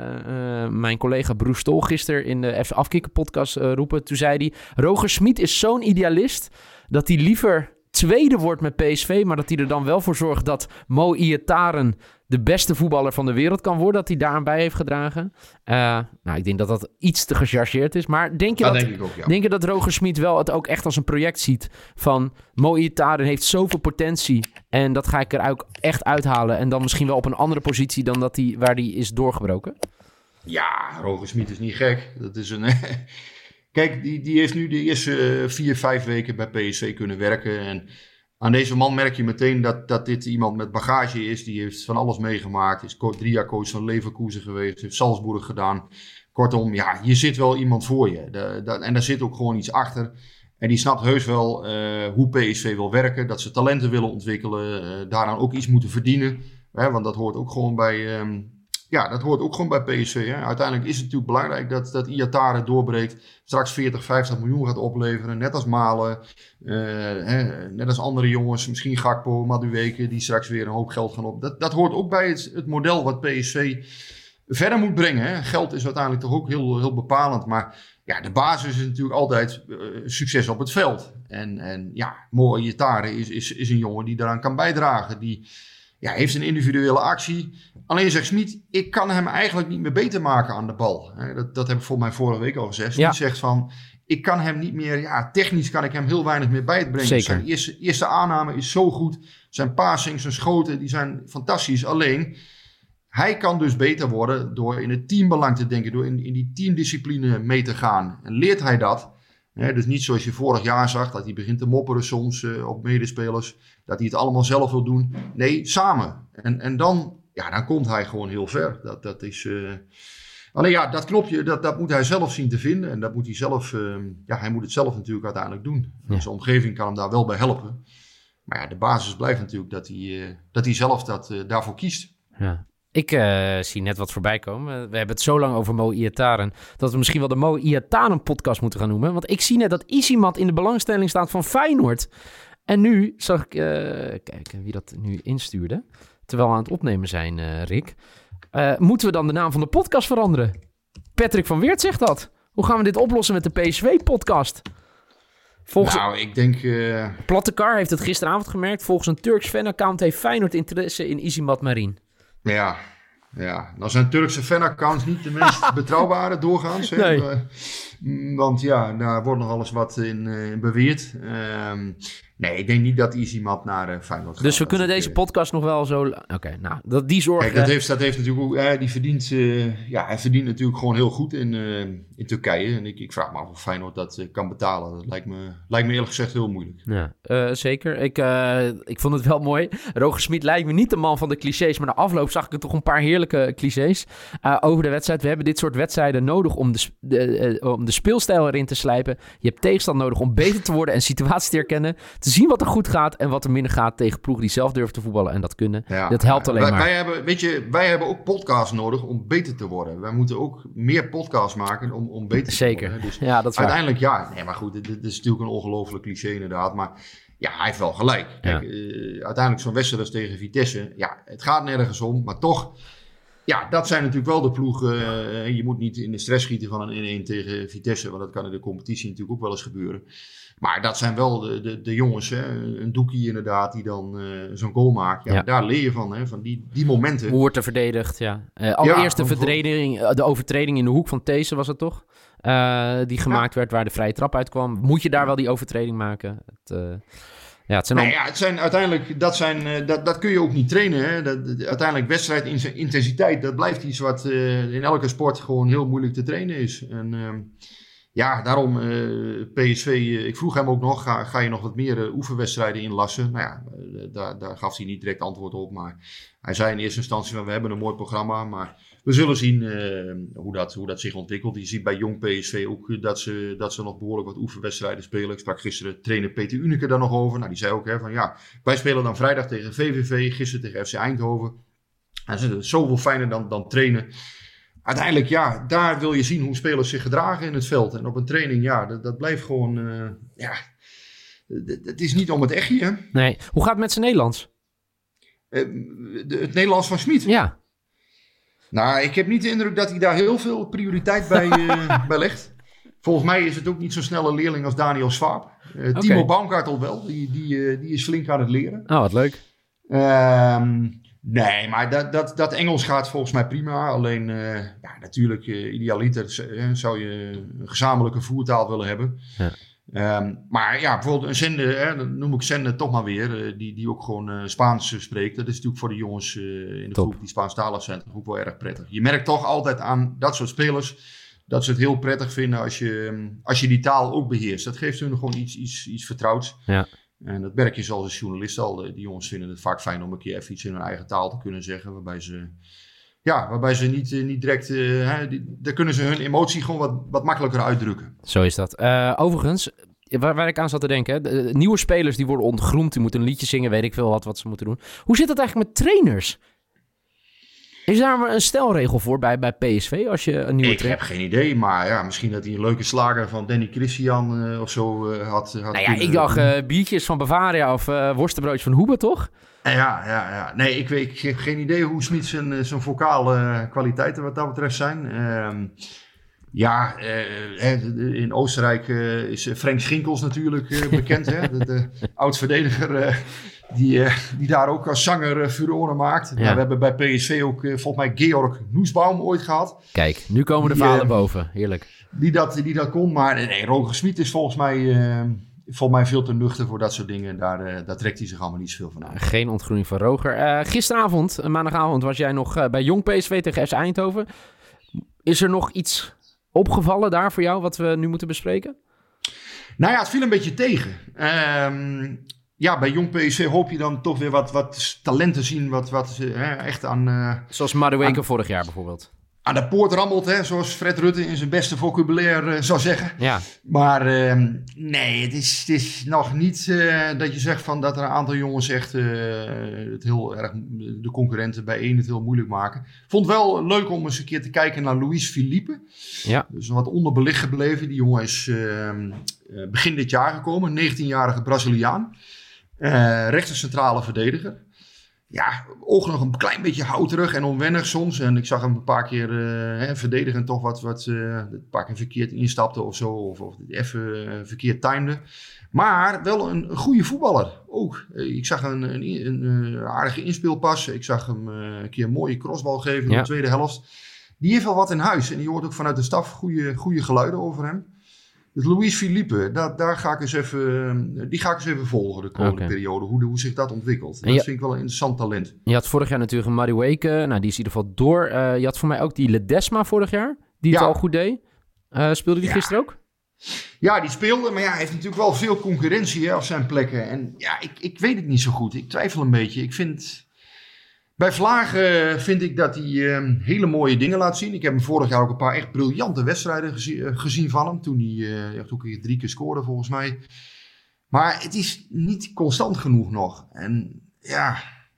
uh, mijn collega Broes Stol gisteren in de F C Afkikken podcast uh, roepen. Toen zei hij, Roger Schmid is zo'n idealist dat hij liever... tweede wordt met P S V, maar dat hij er dan wel voor zorgt dat Mo Iataren de beste voetballer van de wereld kan worden, dat hij daaraan bij heeft gedragen. Uh, nou, ik denk dat dat iets te gechargeerd is, maar denk je, dat, dat, denk ik ook, ja. denk je dat Roger Schmid wel het ook echt als een project ziet van Mo Iataren heeft zoveel potentie en dat ga ik er ook echt uithalen en dan misschien wel op een andere positie dan dat hij, waar hij is doorgebroken? Ja, Roger Schmid is niet gek. Dat is een... Kijk, die, die heeft nu de eerste uh, vier, vijf weken bij P S V kunnen werken. En aan deze man merk je meteen dat, dat dit iemand met bagage is. Die heeft van alles meegemaakt. Is drie jaar coach van Leverkusen geweest. Heeft Salzburg gedaan. Kortom, ja, hier zit wel iemand voor je. De, de, en daar zit ook gewoon iets achter. En die snapt heus wel uh, hoe P S V wil werken. Dat ze talenten willen ontwikkelen. Uh, daaraan ook iets moeten verdienen. Hè, want dat hoort ook gewoon bij... Um, ja, dat hoort ook gewoon bij P S V. Hè. Uiteindelijk is het natuurlijk belangrijk dat, dat Iatare doorbreekt. Straks veertig, vijftig miljoen gaat opleveren. Net als Malen. Uh, hè, net als andere jongens. Misschien Gakpo, Madueke. Die straks weer een hoop geld gaan op. Dat, dat hoort ook bij het, het model wat P S V verder moet brengen. Hè. Geld is uiteindelijk toch ook heel, heel bepalend. Maar ja, de basis is natuurlijk altijd uh, succes op het veld. En, en ja, Mo Iatare is, is, is een jongen die daaraan kan bijdragen. Die ja, heeft een individuele actie. Alleen zegt Smit, ik kan hem eigenlijk niet meer beter maken aan de bal. Dat, dat heb ik volgens mij vorige week al gezegd. Smit ja. zegt van, ik kan hem niet meer, ja, technisch kan ik hem heel weinig meer bijbrengen. Zeker. Zijn eerste, eerste aanname is zo goed. Zijn passing, zijn schoten, die zijn fantastisch. Alleen, hij kan dus beter worden door in het teambelang te denken. Door in, in die teamdiscipline mee te gaan. En leert hij dat... He, dus niet zoals je vorig jaar zag, dat hij begint te mopperen soms uh, op medespelers. Dat hij het allemaal zelf wil doen. Nee, samen. En, en dan, ja, dan komt hij gewoon heel ver. Dat, dat is, uh... Alleen ja, dat knopje, dat, dat moet hij zelf zien te vinden. En dat moet hij zelf, uh... ja, hij moet het zelf natuurlijk uiteindelijk doen. Ja. Zijn omgeving kan hem daar wel bij helpen. Maar ja, de basis blijft natuurlijk dat hij, uh, dat hij zelf dat, uh, daarvoor kiest. Ja. Ik uh, zie net wat voorbij komen. We hebben het zo lang over Mo Iataren dat we misschien wel de Mo Iataren podcast moeten gaan noemen. Want ik zie net dat Isimat in de belangstelling staat van Feyenoord. En nu zag ik... Uh, kijken wie dat nu instuurde. Terwijl we aan het opnemen zijn, uh, Rick. Uh, moeten we dan de naam van de podcast veranderen? Patrick van Weert zegt dat. Hoe gaan we dit oplossen met de P S V-podcast? Volgens nou, ik denk... Uh... Plattekar heeft het gisteravond gemerkt. Volgens een Turks fanaccount heeft Feyenoord interesse in Isimat Marin. Ja, ja, nou zijn Turkse fanaccounts niet de meest betrouwbare doorgaans. Hè? Nee. Uh, want ja, daar wordt nog alles wat in, uh, in beweerd. Um, nee, ik denk niet dat Isimat naar uh, Feyenoord gaat. Dus we kunnen deze podcast nog wel zo... Oké, okay, nou, dat, die zorg... Kijk, dat heeft, dat heeft natuurlijk ook... Uh, die verdient, uh, ja, hij verdient natuurlijk gewoon heel goed in, uh, in Turkije. En ik, ik vraag me af of Feyenoord dat uh, kan betalen. Dat lijkt me, lijkt me eerlijk gezegd heel moeilijk. Ja, uh, zeker. Ik, uh, ik vond het wel mooi. Roger Smit lijkt me niet de man van de clichés, maar na afloop zag ik er toch een paar heerlijke clichés uh, over de wedstrijd. We hebben dit soort wedstrijden nodig om de, de, uh, om de speelstijl erin te slijpen. Je hebt tegenstand nodig om beter te worden en situaties te herkennen. Te zien wat er goed gaat en wat er minder gaat tegen ploegen die zelf durven te voetballen en dat kunnen. Ja, dat helpt alleen wij, maar. Wij hebben, weet je, wij hebben ook podcasts nodig om beter te worden. Wij moeten ook meer podcasts maken om, om beter te Zeker. worden. Dus ja, dat is uiteindelijk, waar. ja. Nee, maar goed, dit, dit is natuurlijk een ongelooflijk cliché inderdaad. Maar ja, hij heeft wel gelijk. Kijk, ja. uh, uiteindelijk zo'n wedstrijd tegen Vitesse. Ja, het gaat nergens om, maar toch... Ja, dat zijn natuurlijk wel de ploegen. Uh, je moet niet in de stress schieten van een één-één tegen Vitesse. Want dat kan in de competitie natuurlijk ook wel eens gebeuren. Maar dat zijn wel de, de, de jongens. Hè? Een Doekie inderdaad die dan uh, zo'n goal maakt. Ja, ja. Daar leer je van. Hè? Van die, die momenten. Hoe wordt er verdedigd, ja. Uh, allereerst ja, de, verdreding, de overtreding in de hoek van These was het toch? Uh, die gemaakt ja. werd waar de vrije trap uitkwam. Moet je daar wel die overtreding maken? Het... Uh... Ja, het zijn, al... nee, ja, het zijn uiteindelijk, dat, zijn, dat, dat kun je ook niet trainen. Hè? Dat, dat, uiteindelijk wedstrijdintensiteit, dat blijft iets wat uh, in elke sport gewoon heel moeilijk te trainen is. En uh, ja, daarom uh, P S V, uh, ik vroeg hem ook nog, ga, ga je nog wat meer uh, oefenwedstrijden inlassen? Nou ja, uh, daar, daar gaf hij niet direct antwoord op, maar hij zei in eerste instantie, we hebben een mooi programma, maar... We zullen zien uh, hoe, dat, hoe dat zich ontwikkelt. Je ziet bij jong P S V ook dat ze, dat ze nog behoorlijk wat oefenwedstrijden spelen. Ik sprak gisteren trainer Peter Uneke daar nog over. Nou, die zei ook hè, van ja, wij spelen dan vrijdag tegen V V V, gisteren tegen F C Eindhoven. En dat is zoveel fijner dan, dan trainen. Uiteindelijk, ja, daar wil je zien hoe spelers zich gedragen in het veld. En op een training, ja, dat, dat blijft gewoon, uh, ja, het is niet om het echtje. Hè? Nee, hoe gaat het met zijn Nederlands? Uh, de, het Nederlands van Smit? Ja. Nou, ik heb niet de indruk dat hij daar heel veel prioriteit bij, uh, bij legt. Volgens mij is het ook niet zo'n snelle leerling als Daniel Swaap. Uh, okay. Timo Baumgartel wel, die, die, uh, die is flink aan het leren. Oh, wat leuk. Um, nee, maar dat, dat, dat Engels gaat volgens mij prima. Alleen, uh, ja, natuurlijk, uh, idealiter uh, zou je een gezamenlijke voertaal willen hebben. Ja. Um, maar ja, bijvoorbeeld een zender, hè, dan noem ik zender toch maar weer, uh, die, die ook gewoon uh, Spaans uh, spreekt. Dat is natuurlijk voor de jongens uh, in de Top. groep die Spaanstalig zijn ook wel erg prettig. Je merkt toch altijd aan dat soort spelers dat ze het heel prettig vinden als je, um, als je die taal ook beheerst. Dat geeft hun gewoon iets, iets, iets vertrouwds. Ja. En dat merk je zoals journalist al. Die jongens vinden het vaak fijn om een keer even iets in hun eigen taal te kunnen zeggen, waarbij ze... Ja, waarbij ze niet, niet direct... Uh, hè, die, daar kunnen ze hun emotie gewoon wat, wat makkelijker uitdrukken. Zo is dat. Uh, overigens, waar, waar ik aan zat te denken... De, de nieuwe spelers die worden ontgroend, die moeten een liedje zingen... weet ik veel wat, wat ze moeten doen. Hoe zit dat eigenlijk met trainers? Is daar maar een stelregel voor bij, bij P S V als je een nieuwe Ik trainer... heb geen idee, maar ja, misschien dat hij een leuke slager van Danny Christian uh, of zo uh, had, had Nou ja, kunnen, ik dacht uh, biertjes van Bavaria of uh, worstenbroodjes van Hoebe, toch? Ja, ja, ja. Nee, ik, weet, ik heb geen idee hoe Smit zijn, zijn vocale kwaliteiten wat dat betreft zijn. Uh, ja, uh, in Oostenrijk uh, is Frank Schinkels natuurlijk uh, bekend. Hè? De, de oud-verdediger uh, die, uh, die daar ook als zanger uh, furoren maakt. Ja. Nou, we hebben bij P S V ook uh, volgens mij Georg Noesbaum ooit gehad. Kijk, nu komen de die, verhalen uh, boven. Heerlijk. Die dat, die dat kon, maar nee, Roger Smit is volgens mij... Uh, Volgens mij veel te nuchter voor dat soort dingen. Daar, uh, daar trekt hij zich allemaal niet zoveel van aan. Geen ontgroening van Roger. Uh, gisteravond, maandagavond, was jij nog uh, bij Jong P S V tegen F C Eindhoven. Is er nog iets opgevallen daar voor jou wat we nu moeten bespreken? Nou ja, het viel een beetje tegen. Um, ja, bij Jong P S V hoop je dan toch weer wat, wat talent te zien. Wat, wat uh, echt aan... Uh, Zoals Madueke vorig jaar bijvoorbeeld. Aan de poort rammelt, hè, zoals Fred Rutte in zijn beste vocabulaire uh, zou zeggen. Ja. Maar uh, nee, het is, het is nog niet uh, dat je zegt van dat er een aantal jongens echt uh, het heel erg, de concurrenten bij één het heel moeilijk maken. Ik vond het wel leuk om eens een keer te kijken naar Luis Felipe. Ja. Dus wat onderbelicht gebleven. Die jongen is uh, uh, begin dit jaar gekomen, negentienjarige Braziliaan. Uh, rechter centrale verdediger. Ja, oog nog een klein beetje houterig en onwennig soms. En ik zag hem een paar keer uh, hè, verdedigen toch wat, wat uh, een paar keer verkeerd instapte of zo. Of, of even uh, verkeerd timede. Maar wel een, een goede voetballer ook. Uh, ik zag een, een, een, een aardige inspeelpas. Ik zag hem uh, een keer een mooie crossbal geven in ja. de tweede helft. Die heeft wel wat in huis. En die hoort ook vanuit de staf goede, goede geluiden over hem. Dus Luis Felipe, daar, daar ga ik eens even, die ga ik eens even volgen de komende okay. periode. Hoe, hoe zich dat ontwikkelt. En dat ja, vind ik wel een interessant talent. Je had vorig jaar natuurlijk een Madueke. Nou, die is in ieder geval door. Uh, je had voor mij ook die Ledesma vorig jaar. Die het ja. al goed deed. Uh, speelde die ja. gisteren ook? Ja, die speelde. Maar ja, hij heeft natuurlijk wel veel concurrentie hè, op zijn plekken. En ja, ik, ik weet het niet zo goed. Ik twijfel een beetje. Ik vind... Bij Vlagen vind ik dat hij uh, hele mooie dingen laat zien. Ik heb hem vorig jaar ook een paar echt briljante wedstrijden gezien, uh, gezien van hem. Toen hij uh, echt ook drie keer scoorde volgens mij. Maar het is niet constant genoeg nog. En ja,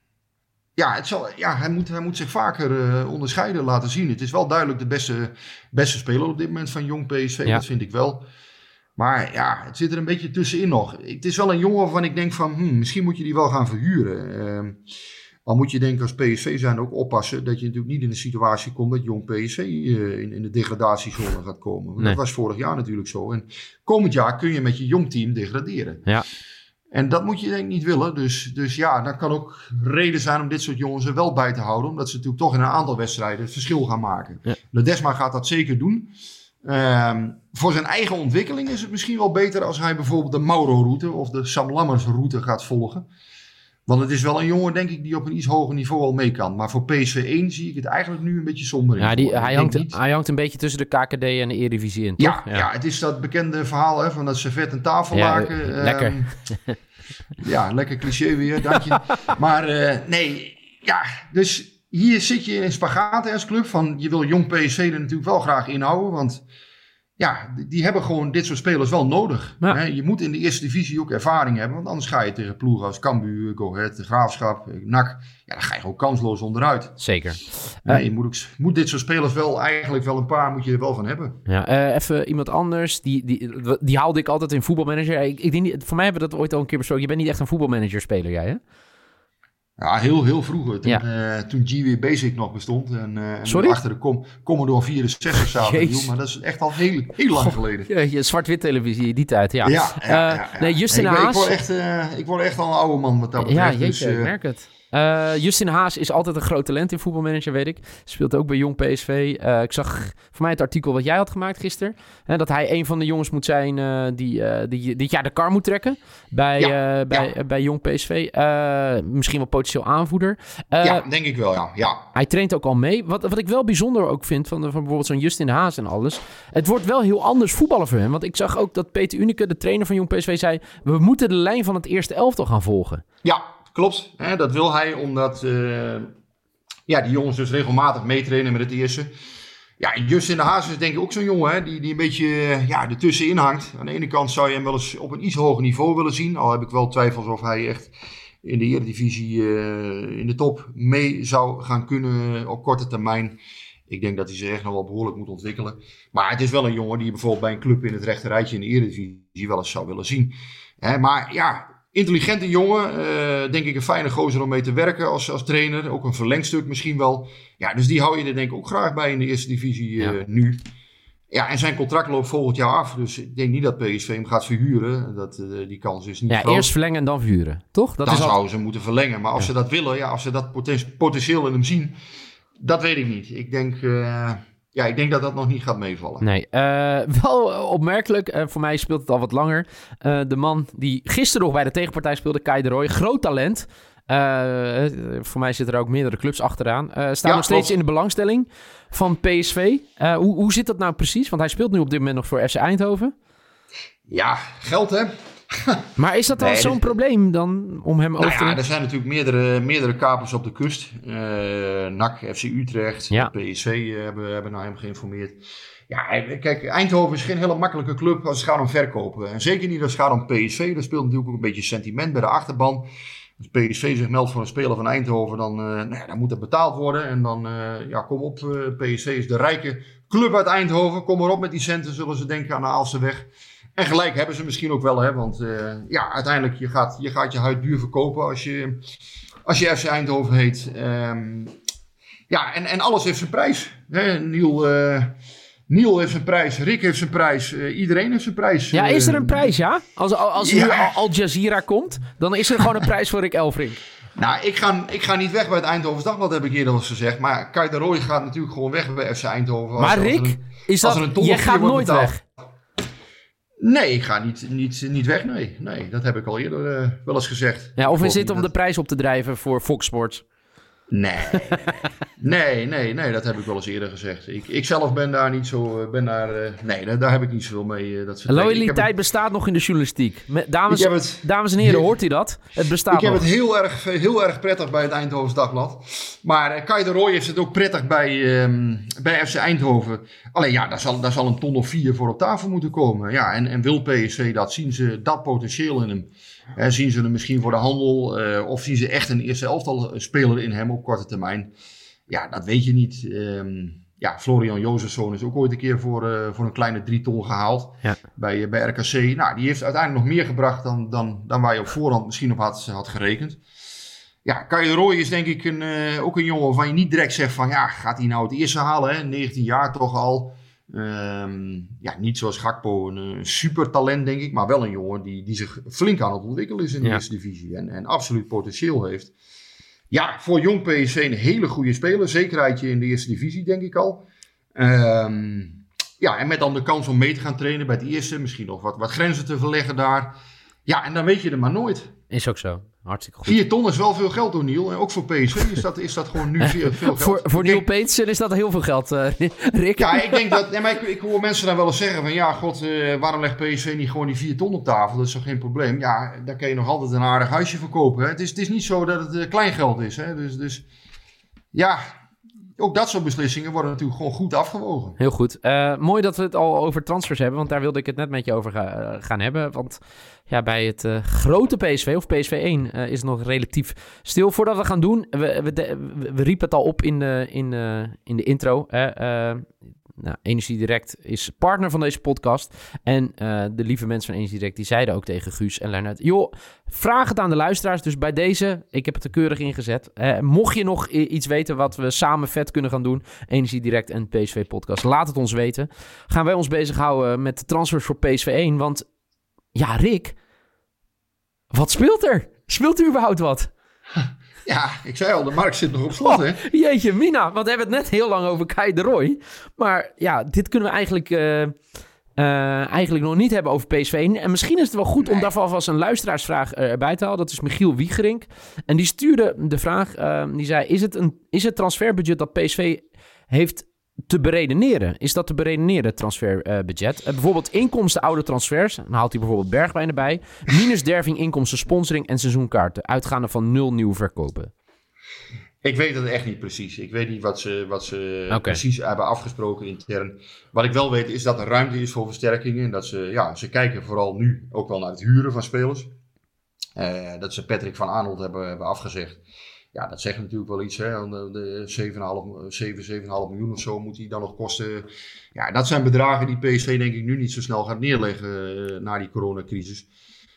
ja, het zal, ja hij, moet, hij moet zich vaker uh, onderscheiden laten zien. Het is wel duidelijk de beste, beste speler op dit moment van Jong P S V. Ja. Dat vind ik wel. Maar ja, het zit er een beetje tussenin nog. Het is wel een jongen waarvan ik denk van... Hmm, misschien moet je die wel gaan verhuren. Uh, Al moet je denk ik als P S V zijn ook oppassen dat je natuurlijk niet in de situatie komt dat Jong P S V uh, in, in de degradatiezone gaat komen. Nee. Dat was vorig jaar natuurlijk zo. En komend jaar kun je met je jong team degraderen. Ja. En dat moet je denk ik niet willen. Dus, dus ja, dat kan ook reden zijn om dit soort jongens er wel bij te houden. Omdat ze natuurlijk toch in een aantal wedstrijden het verschil gaan maken. Ja. Ledesma gaat dat zeker doen. Um, voor zijn eigen ontwikkeling is het misschien wel beter als hij bijvoorbeeld de Mauro-route of de Sam Lammers-route gaat volgen. Want het is wel een jongen, denk ik, die op een iets hoger niveau al mee kan. Maar voor P S V één zie ik het eigenlijk nu een beetje somber in. Ja, die, hij, hangt, hij hangt een beetje tussen de K K D en de Eredivisie in, toch? Ja, ja. ja, het is dat bekende verhaal hè, van dat servet en tafellaken. Ja, lekker. Um, ja, lekker cliché weer, dank je. Maar uh, nee, ja, dus hier zit je in een spagaat als club. Van, je wil jong P S V er natuurlijk wel graag inhouden, want... Ja, die hebben gewoon dit soort spelers wel nodig. Ja. Je moet in de eerste divisie ook ervaring hebben. Want anders ga je tegen ploegen als Cambuur, Go Ahead, de Graafschap, N A C. Ja, dan ga je gewoon kansloos onderuit. Zeker. Nee, je moet, ook, moet dit soort spelers wel eigenlijk wel een paar moet je er wel van hebben. Ja, uh, even iemand anders. Die, die, die haalde ik altijd in voetbalmanager. Ik, ik denk niet, voor mij hebben we dat ooit al een keer besproken. Je bent niet echt een voetbalmanager-speler, jij hè? Ja, heel, heel vroeger. Toen, ja. uh, toen G W Basic nog bestond. En, uh, en Sorry? achter de Com- Commodore vierenzestig zaten. Maar dat is echt al heel, heel lang geleden. Ja, je zwart-wit televisie, die tijd, ja. Ja, ja, uh, ja, ja. Nee, Justin nee, ik, Haas... Ik word, echt, uh, ik word echt al een oude man wat dat betreft. Ja, jeetje, dus, uh, ik merk het. Uh, Justin Haas is altijd een groot talent in voetbalmanager, weet ik. Speelt ook bij Jong P S V. Uh, ik zag voor mij het artikel wat jij had gemaakt gisteren. Hè, dat hij een van de jongens moet zijn uh, die, uh, die dit jaar de kar moet trekken. Bij, ja, uh, bij, ja. uh, bij Jong P S V. Uh, misschien wel potentieel aanvoerder. Uh, ja, denk ik wel, ja. ja. Hij traint ook al mee. Wat, wat ik wel bijzonder ook vind van, van bijvoorbeeld zo'n Justin Haas en alles. Het wordt wel heel anders voetballen voor hem. Want ik zag ook dat Peter Unike, de trainer van Jong P S V, zei... we moeten de lijn van het eerste elftal gaan volgen. Ja. Klopt, hè, dat wil hij omdat uh, ja, die jongens dus regelmatig meetrainen met het eerste. Ja, Justin de Haas is denk ik ook zo'n jongen hè, die, die een beetje uh, ja, ertussenin hangt. Aan de ene kant zou je hem wel eens op een iets hoger niveau willen zien. Al heb ik wel twijfels of hij echt in de Eredivisie uh, in de top mee zou gaan kunnen op korte termijn. Ik denk dat hij zich echt nog wel behoorlijk moet ontwikkelen. Maar het is wel een jongen die je bijvoorbeeld bij een club in het rechte rijtje in de Eredivisie wel eens zou willen zien. Hè, maar ja, intelligente jongen. Uh, denk ik een fijne gozer om mee te werken als, als trainer. Ook een verlengstuk misschien wel. Ja, dus die hou je er denk ik ook graag bij in de eerste divisie uh, ja. nu. Ja, en zijn contract loopt volgend jaar af. Dus ik denk niet dat P S V hem gaat verhuren. Dat, uh, die kans is niet ja, groot. Eerst verlengen en dan verhuren, toch? Dat dan is zouden al... ze moeten verlengen. Maar als ja. ze dat willen, ja, als ze dat poten- potentieel in hem zien... Dat weet ik niet. Ik denk, uh, ja, ik denk dat dat nog niet gaat meevallen. Nee, uh, wel opmerkelijk. Uh, voor mij speelt het al wat langer. Uh, de man die gisteren nog bij de tegenpartij speelde, Kai de Roy. Groot talent. Uh, voor mij zitten er ook meerdere clubs achteraan. Uh, staat ja, nog steeds klopt. in de belangstelling van P S V. Uh, hoe, hoe zit dat nou precies? Want hij speelt nu op dit moment nog voor F C Eindhoven. Ja, geld hè. Maar is dat dan nee, zo'n dit... probleem dan om hem over nou te... Ja, er zijn natuurlijk meerdere, meerdere kapers op de kust. Uh, N A C, F C Utrecht, ja. P S V uh, hebben, hebben naar hem geïnformeerd. Ja, kijk, Eindhoven is geen hele makkelijke club als het gaat om verkopen. En zeker niet als het gaat om P S V. Daar speelt natuurlijk ook een beetje sentiment bij de achterban. Als P S V zich meldt voor een speler van Eindhoven, dan, uh, nou ja, dan moet er betaald worden. En dan, uh, ja, kom op, uh, P S V is de rijke club uit Eindhoven. Kom maar op met die centen, zullen ze denken aan de Aalsterweg. En gelijk hebben ze misschien ook wel, hè, want uh, ja, uiteindelijk je gaat, je gaat je huid duur verkopen als je, als je F C Eindhoven heet. Um, ja, en, en alles heeft zijn prijs. Hè? Niel, uh, Niel heeft zijn prijs, Rick heeft zijn prijs, uh, iedereen heeft zijn prijs. Ja, is er een prijs, ja? Als, als ja. nu Al Jazeera komt, dan is er gewoon een prijs voor Rick Elfrink. Nou, ik ga, ik ga niet weg bij het Eindhovens Dagblad, heb ik eerder al eens gezegd. Maar Kai de Roy gaat natuurlijk gewoon weg bij F C Eindhoven. Maar als, Rick, als een, is dat, je gaat nooit betaald. weg? Nee, ik ga niet, niet, niet weg, nee. Nee, dat heb ik al eerder uh, wel eens gezegd. Ja, of is dit om dat... de prijs op te drijven voor Fox Sports? Nee, nee, nee, nee, dat heb ik wel eens eerder gezegd. Ik, ik zelf ben daar niet zo, ben daar, uh, nee, daar, daar heb ik niet zoveel mee. Uh, dat Loyaliteit het, bestaat nog in de journalistiek. Met, dames, het, dames en heren, hoort u dat? Het bestaat Ik nog. heb het heel erg, heel erg prettig bij het Eindhovens Dagblad. Maar uh, Kai de Roy heeft het ook prettig bij, um, bij F C Eindhoven. Alleen ja, daar zal, daar zal een ton of vier voor op tafel moeten komen. Ja, en, en wil P S V dat? Zien ze dat potentieel in hem? He, zien ze hem misschien voor de handel uh, of zien ze echt een eerste elftal speler in hem op korte termijn? Ja, dat weet je niet. Um, ja, Florian Jozefsson is ook ooit een keer voor, uh, voor een kleine drie ton gehaald ja. bij, uh, bij R K C. Nou, die heeft uiteindelijk nog meer gebracht dan, dan, dan waar je op voorhand misschien op had, had gerekend. Ja, Kai de Roy is denk ik een, uh, ook een jongen waarvan je niet direct zegt van ja, gaat hij nou het eerste halen? Hè? negentien jaar toch al. Um, ja, niet zoals Gakpo een, een super talent denk ik, maar wel een jongen die, die zich flink aan het ontwikkelen is in de ja. eerste divisie en, en absoluut potentieel heeft. Ja, voor jong P S V een hele goede speler, zekerheidje in de eerste divisie denk ik al. Um, ja, en met dan de kans om mee te gaan trainen bij het eerste, misschien nog wat, wat grenzen te verleggen daar. Ja, en dan weet je er maar nooit. Is ook zo. Hartstikke goed. Vier ton is wel veel geld, hoor, Niel. En ook voor P S V is dat, is dat gewoon nu veel, veel geld. voor voor Niel Petersen is dat heel veel geld, uh, Rick. Ja, ik denk dat... Nee, maar ik, ik hoor mensen dan wel eens zeggen van... Ja, god, uh, waarom legt P S V niet gewoon die vier ton op tafel? Dat is toch geen probleem? Ja, daar kan je nog altijd een aardig huisje verkopen. Hè? Het, is, het is niet zo dat het uh, klein geld is. Hè? Dus, dus ja... Ook dat soort beslissingen worden natuurlijk gewoon goed afgewogen. Heel goed. Uh, mooi dat we het al over transfers hebben, want daar wilde ik het net met je over ga, uh, gaan hebben. Want ja, bij het uh, grote P S V, of P S V één, uh, is het nog relatief stil. Voordat we gaan doen, we, we, de, we riepen het al op in de, in, uh, in de intro. Uh, uh, nou, Energie Direct is partner van deze podcast. En uh, de lieve mensen van Energie Direct, die zeiden ook tegen Guus en Lennart... joh, vraag het aan de luisteraars. Dus bij deze, ik heb het er keurig ingezet. Uh, mocht je nog i- iets weten wat we samen vet kunnen gaan doen... Energie Direct en P S V Podcast, laat het ons weten. Gaan wij ons bezighouden met de transfers voor P S V één. Want ja, Rick, wat speelt er? Speelt er überhaupt wat? Ja, ik zei al, de markt zit nog op slot, hè? Oh, jeetje, Mina, want we hebben het net heel lang over Kai de Roy. Maar ja, dit kunnen we eigenlijk, uh, uh, eigenlijk nog niet hebben over P S V. En misschien is het wel goed nee. om daarvan alvast een luisteraarsvraag erbij te halen. Dat is Michiel Wiegerink. En die stuurde de vraag, uh, die zei... Is het, een, is het transferbudget dat P S V heeft te beredeneren? Is dat te beredeneren, transferbudget? Uh, bijvoorbeeld inkomsten oude transfers. Dan haalt hij bijvoorbeeld Bergwijn erbij. Minus derving inkomsten sponsoring en seizoenkaarten. Uitgaande van nul nieuw verkopen. Ik weet het echt niet precies. Ik weet niet wat ze, wat ze okay. precies hebben afgesproken intern. Wat ik wel weet is dat er ruimte is voor versterkingen. En dat ze, ja, ze kijken vooral nu ook wel naar het huren van spelers. Uh, dat ze Patrick van Aanholt hebben, hebben afgezegd. Ja, dat zegt natuurlijk wel iets. Hè? De, de zeven komma vijf, zeven, zeven komma vijf miljoen of zo moet hij dan nog kosten. Ja, dat zijn bedragen die P S V denk ik nu niet zo snel gaat neerleggen uh, na die coronacrisis.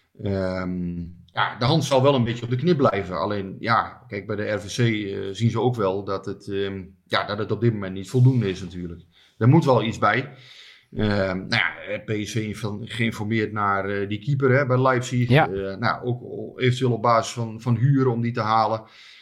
Um, ja, de hand zal wel een beetje op de knip blijven. Alleen, ja, kijk, bij de R V C uh, zien ze ook wel dat het, um, ja, dat het op dit moment niet voldoende is natuurlijk. Er moet wel iets bij. Uh, nou ja, P S V geïnformeerd naar uh, die keeper hè, bij Leipzig. Ja. Uh, nou, ook eventueel op basis van, van huren om die te halen.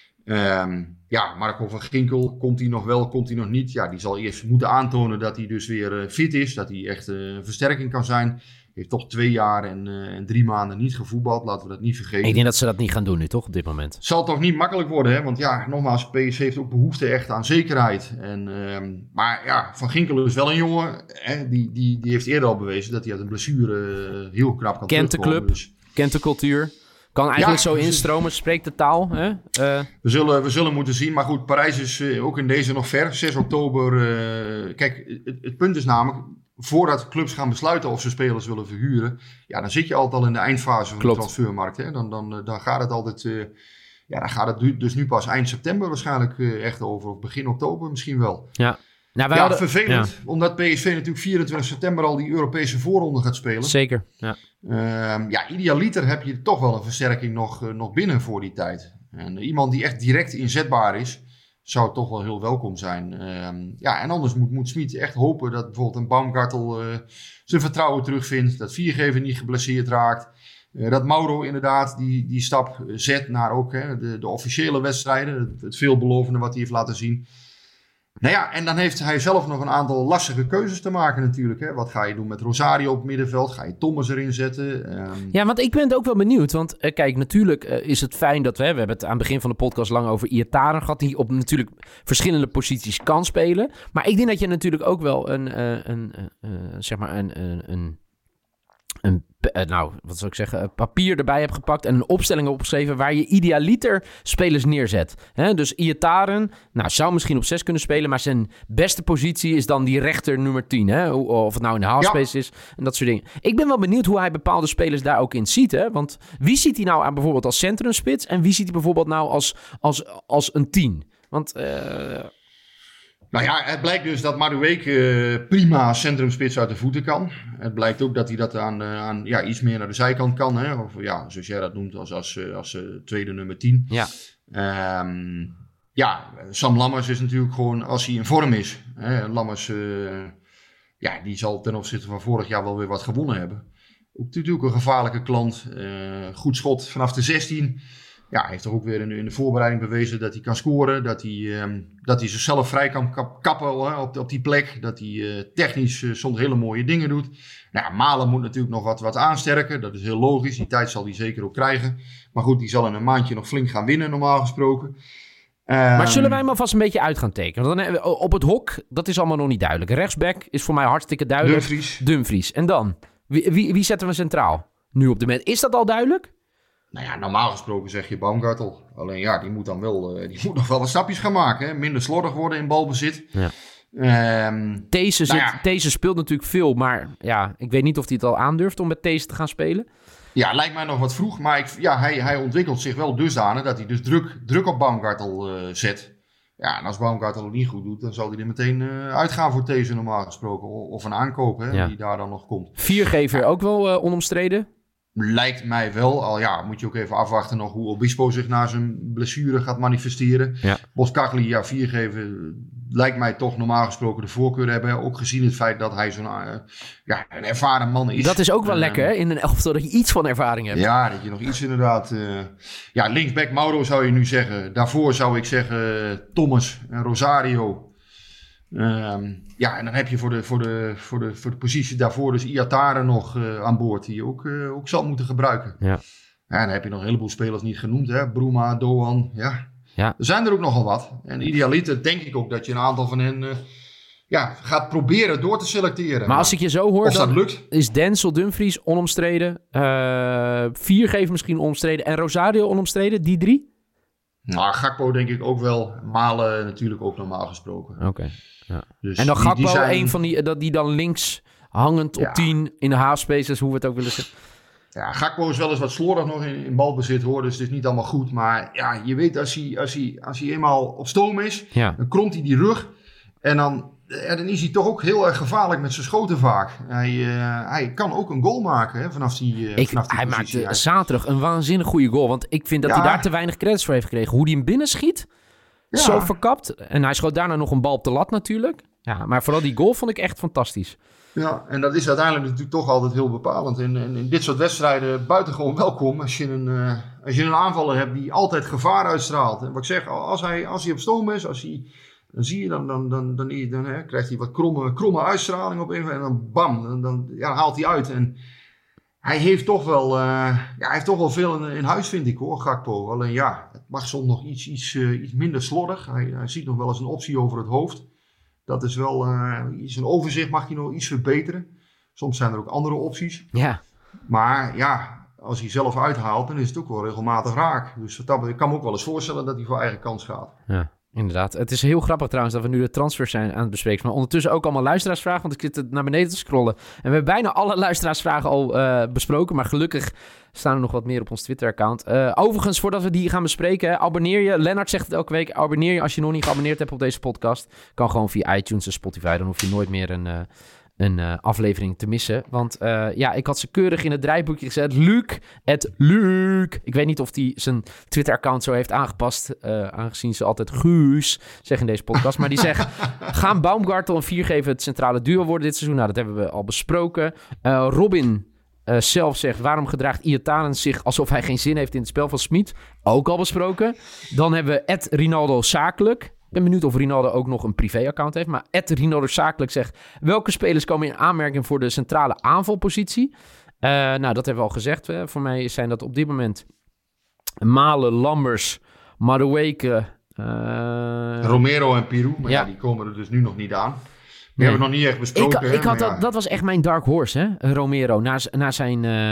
Um, ja, Marco van Ginkel, komt hij nog wel, komt hij nog niet? Ja, die zal eerst moeten aantonen dat hij dus weer uh, fit is. Dat hij echt uh, een versterking kan zijn. Heeft toch twee jaar en, uh, en drie maanden niet gevoetbald. Laten we dat niet vergeten. Ik denk dat ze dat niet gaan doen nu, toch? Op dit moment. Zal toch niet makkelijk worden, hè? Want ja, nogmaals, P S V heeft ook behoefte echt aan zekerheid. En, um, maar ja, Van Ginkel is wel een jongen. Hè? Die, die, die heeft eerder al bewezen dat hij uit een blessure uh, heel knap kan Kent de club, dus. Kent de cultuur. Kan eigenlijk ja, zo instromen, spreekt de taal. Hè? Uh. We, zullen, we zullen moeten zien. Maar goed, Parijs is uh, ook in deze nog ver. zes oktober. Uh, kijk, het, het punt is namelijk, voordat clubs gaan besluiten of ze spelers willen verhuren, ja, dan zit je altijd al in de eindfase van Klopt. de transfermarkt. Hè? Dan, dan, dan gaat het altijd, uh, ja, dan gaat het dus nu pas eind september waarschijnlijk uh, echt over. Of begin oktober misschien wel. Ja, nou, wij ja hadden, vervelend. Ja. Omdat P S V natuurlijk vierentwintig september al die Europese voorronde gaat spelen. Zeker, ja. Uh, ja, idealiter heb je toch wel een versterking nog, uh, nog binnen voor die tijd. En uh, iemand die echt direct inzetbaar is, zou toch wel heel welkom zijn. Uh, ja, en anders moet, moet Smit echt hopen dat bijvoorbeeld een Baumgartel uh, zijn vertrouwen terugvindt. Dat Viergever niet geblesseerd raakt. Uh, dat Mauro inderdaad die, die stap zet naar ook hè, de, de officiële wedstrijden. Het, het veelbelovende wat hij heeft laten zien. Nou ja, en dan heeft hij zelf nog een aantal lastige keuzes te maken natuurlijk. Hè. Wat ga je doen met Rosario op het middenveld? Ga je Thomas erin zetten? Um... Ja, want ik ben het ook wel benieuwd. Want uh, kijk, natuurlijk uh, is het fijn dat we... We hebben het aan het begin van de podcast lang over Iataren gehad. Die op natuurlijk verschillende posities kan spelen. Maar ik denk dat je natuurlijk ook wel een... Uh, een uh, uh, zeg maar een... een, een Een, nou, wat zou ik zeggen, een papier erbij hebt gepakt en een opstelling opgeschreven waar je idealiter spelers neerzet. He, dus Iataren, nou, zou misschien op zes kunnen spelen, maar zijn beste positie is dan die rechter nummer tien. Hè? Of het nou in de halfspace ja. is en dat soort dingen. Ik ben wel benieuwd hoe hij bepaalde spelers daar ook in ziet. Hè? Want wie ziet hij nou aan bijvoorbeeld als centrumspits en wie ziet hij bijvoorbeeld nou als, als, als een tien? Want... Uh... Nou ja, het blijkt dus dat Madueke uh, prima centrumspits uit de voeten kan. Het blijkt ook dat hij dat aan, uh, aan ja, iets meer naar de zijkant kan. Hè? Of ja, zoals jij dat noemt, als, als, als, als uh, tweede nummer tien. Ja. Um, ja, Sam Lammers is natuurlijk gewoon, als hij in vorm is. Hè? Lammers, uh, ja, die zal ten opzichte van vorig jaar wel weer wat gewonnen hebben. Ook natuurlijk een gevaarlijke klant. Uh, goed schot vanaf de zestien. Ja, hij heeft toch ook weer in de, in de voorbereiding bewezen dat hij kan scoren. Dat hij, um, dat hij zichzelf vrij kan kap, kappen hè, op, op die plek. Dat hij uh, technisch uh, soms hele mooie dingen doet. Nou ja, Malen moet natuurlijk nog wat, wat aansterken. Dat is heel logisch. Die tijd zal hij zeker ook krijgen. Maar goed, die zal in een maandje nog flink gaan winnen normaal gesproken. Um, maar zullen wij hem alvast een beetje uit gaan tekenen? Want dan, op het hok, dat is allemaal nog niet duidelijk. Rechtsback is voor mij hartstikke duidelijk. Dumfries. Dumfries. En dan? Wie, wie, wie zetten we centraal? Nu op de moment. Is dat al duidelijk? Nou ja, normaal gesproken zeg je Baumgartel. Alleen ja, die moet dan wel, uh, die moet nog wel wat stapjes gaan maken. Hè? Minder slordig worden in balbezit. Ja. Um, Deze, nou zit, ja. deze speelt natuurlijk veel, maar ja, ik weet niet of hij het al aandurft om met deze te gaan spelen. Ja, lijkt mij nog wat vroeg. Maar ik, ja, hij, hij ontwikkelt zich wel dusdanig dat hij dus druk, druk op Baumgartel uh, zet. Ja, en als Baumgartel het niet goed doet, dan zal hij er meteen uh, uitgaan voor deze normaal gesproken. Of een aankoop hè, Ja. die daar dan nog komt. Viergever ook wel uh, onomstreden. Lijkt mij wel. Al ja, moet je ook even afwachten nog hoe Obispo zich na zijn blessure gaat manifesteren. Ja. Boskagli, ja, viergever, lijkt mij toch normaal gesproken de voorkeur hebben. Ook gezien het feit dat hij zo'n uh, ja, een ervaren man is. Dat is ook wel uh, lekker hè, in een elftal dat je iets van ervaring hebt. Ja, dat je nog iets inderdaad... Uh, ja, linksback Mauro zou je nu zeggen. Daarvoor zou ik zeggen uh, Thomas en Rosario. Um, ja, en dan heb je voor de, voor de, voor de, voor de positie daarvoor dus Iataren nog uh, aan boord. Die je ook, uh, ook zal moeten gebruiken. Ja. Ja, dan heb je nog een heleboel spelers niet genoemd. Hè? Bruma, Doan. Ja. Ja. Er zijn er ook nogal wat. En idealiter denk ik ook dat je een aantal van hen uh, ja, gaat proberen door te selecteren. Maar als ik je zo hoor, of dat dan lukt. is Denzel Dumfries onomstreden. Uh, Viergever misschien onomstreden. En Rosario onomstreden, die drie? Nou, Gakpo denk ik ook wel. Malen natuurlijk ook normaal gesproken. Oké. Okay. Ja. Dus en dan die, Gakpo, die zijn... een van die, dat die dan links hangend op Ja. tien in de halfspaces, hoe we het ook willen zeggen. Ja, Gakpo is wel eens wat slordig nog in, in balbezit hoor, dus het is niet allemaal goed. Maar ja, je weet als hij, als hij, als hij eenmaal op stoom is, Ja. dan kromt hij die rug. En dan, ja, dan is hij toch ook heel erg gevaarlijk met zijn schoten vaak. Hij, uh, hij kan ook een goal maken hè, vanaf die, uh, Ik, vanaf die hij positie. maakte zaterdag een waanzinnig goede goal. Want ik vind dat Ja. hij daar te weinig credits voor heeft gekregen. Hoe hij hem binnen schiet, Ja. zo verkapt. En hij schoot daarna nog een bal op de lat natuurlijk. Ja, maar vooral die goal vond ik echt fantastisch. Ja, en dat is uiteindelijk natuurlijk toch altijd heel bepalend. En, en in dit soort wedstrijden buitengewoon welkom als je, een, uh, als je een aanvaller hebt die altijd gevaar uitstraalt. En wat ik zeg, als hij, als hij op stoom is, als hij, dan zie je, dan, dan, dan, dan, dan, dan hè, krijgt hij wat kromme, kromme uitstraling op een en dan bam, dan, dan ja, haalt hij uit. En hij heeft toch wel, uh, ja, hij heeft toch wel veel in, in huis, vind ik hoor, Gakpo. Alleen ja, het mag soms nog iets, iets, uh, iets minder slordig. Hij, hij ziet nog wel eens een optie over het hoofd. Dat is wel, uh, zijn overzicht mag hij nog iets verbeteren. Soms zijn er ook andere opties. Ja, Maar ja, als hij zelf uithaalt, dan is het ook wel regelmatig raak. Dus dat, ik kan me ook wel eens voorstellen dat hij voor eigen kans gaat. ja, inderdaad. Het is heel grappig trouwens dat we nu de transfers zijn aan het bespreken. Maar ondertussen ook allemaal luisteraarsvragen, want ik zit het naar beneden te scrollen. En we hebben bijna alle luisteraarsvragen al uh, besproken. Maar gelukkig staan er nog wat meer op ons Twitter-account. Uh, overigens, voordat we die gaan bespreken, hè, abonneer je. Lennart zegt het elke week. Abonneer je als je nog niet geabonneerd hebt op deze podcast. Kan gewoon via iTunes en Spotify. Dan hoef je nooit meer een... Uh, een uh, aflevering te missen. Want uh, ja, ik had ze keurig in het draaiboekje gezet. Luc, het Luc. Ik weet niet of hij zijn Twitter-account zo heeft aangepast. Uh, aangezien ze altijd Guus zeggen in deze podcast. Maar die zegt, gaan Baumgartel en Viergever het centrale duo worden dit seizoen? Nou, dat hebben we al besproken. Uh, Robin uh, zelf zegt, waarom gedraagt Iataren zich alsof hij geen zin heeft in het spel van Smit? Ook al besproken. Dan hebben we Ed Rinaldo zakelijk. Ik ben benieuwd of Rinaldo ook nog een privé-account heeft. Maar Ed Rinaldo zakelijk zegt... welke spelers komen in aanmerking voor de centrale aanvalpositie? Uh, nou, dat hebben we al gezegd. Hè. Voor mij zijn dat op dit moment... Malen, Lammers, Madueke... Uh... Romero en Pirou, maar ja. Ja. ja, die komen er dus nu nog niet aan. Die Nee. hebben we nog niet echt besproken. Ik, hè, ik had maar dat, ja. dat was echt mijn dark horse, hè? Romero. Na, z- na zijn... Uh,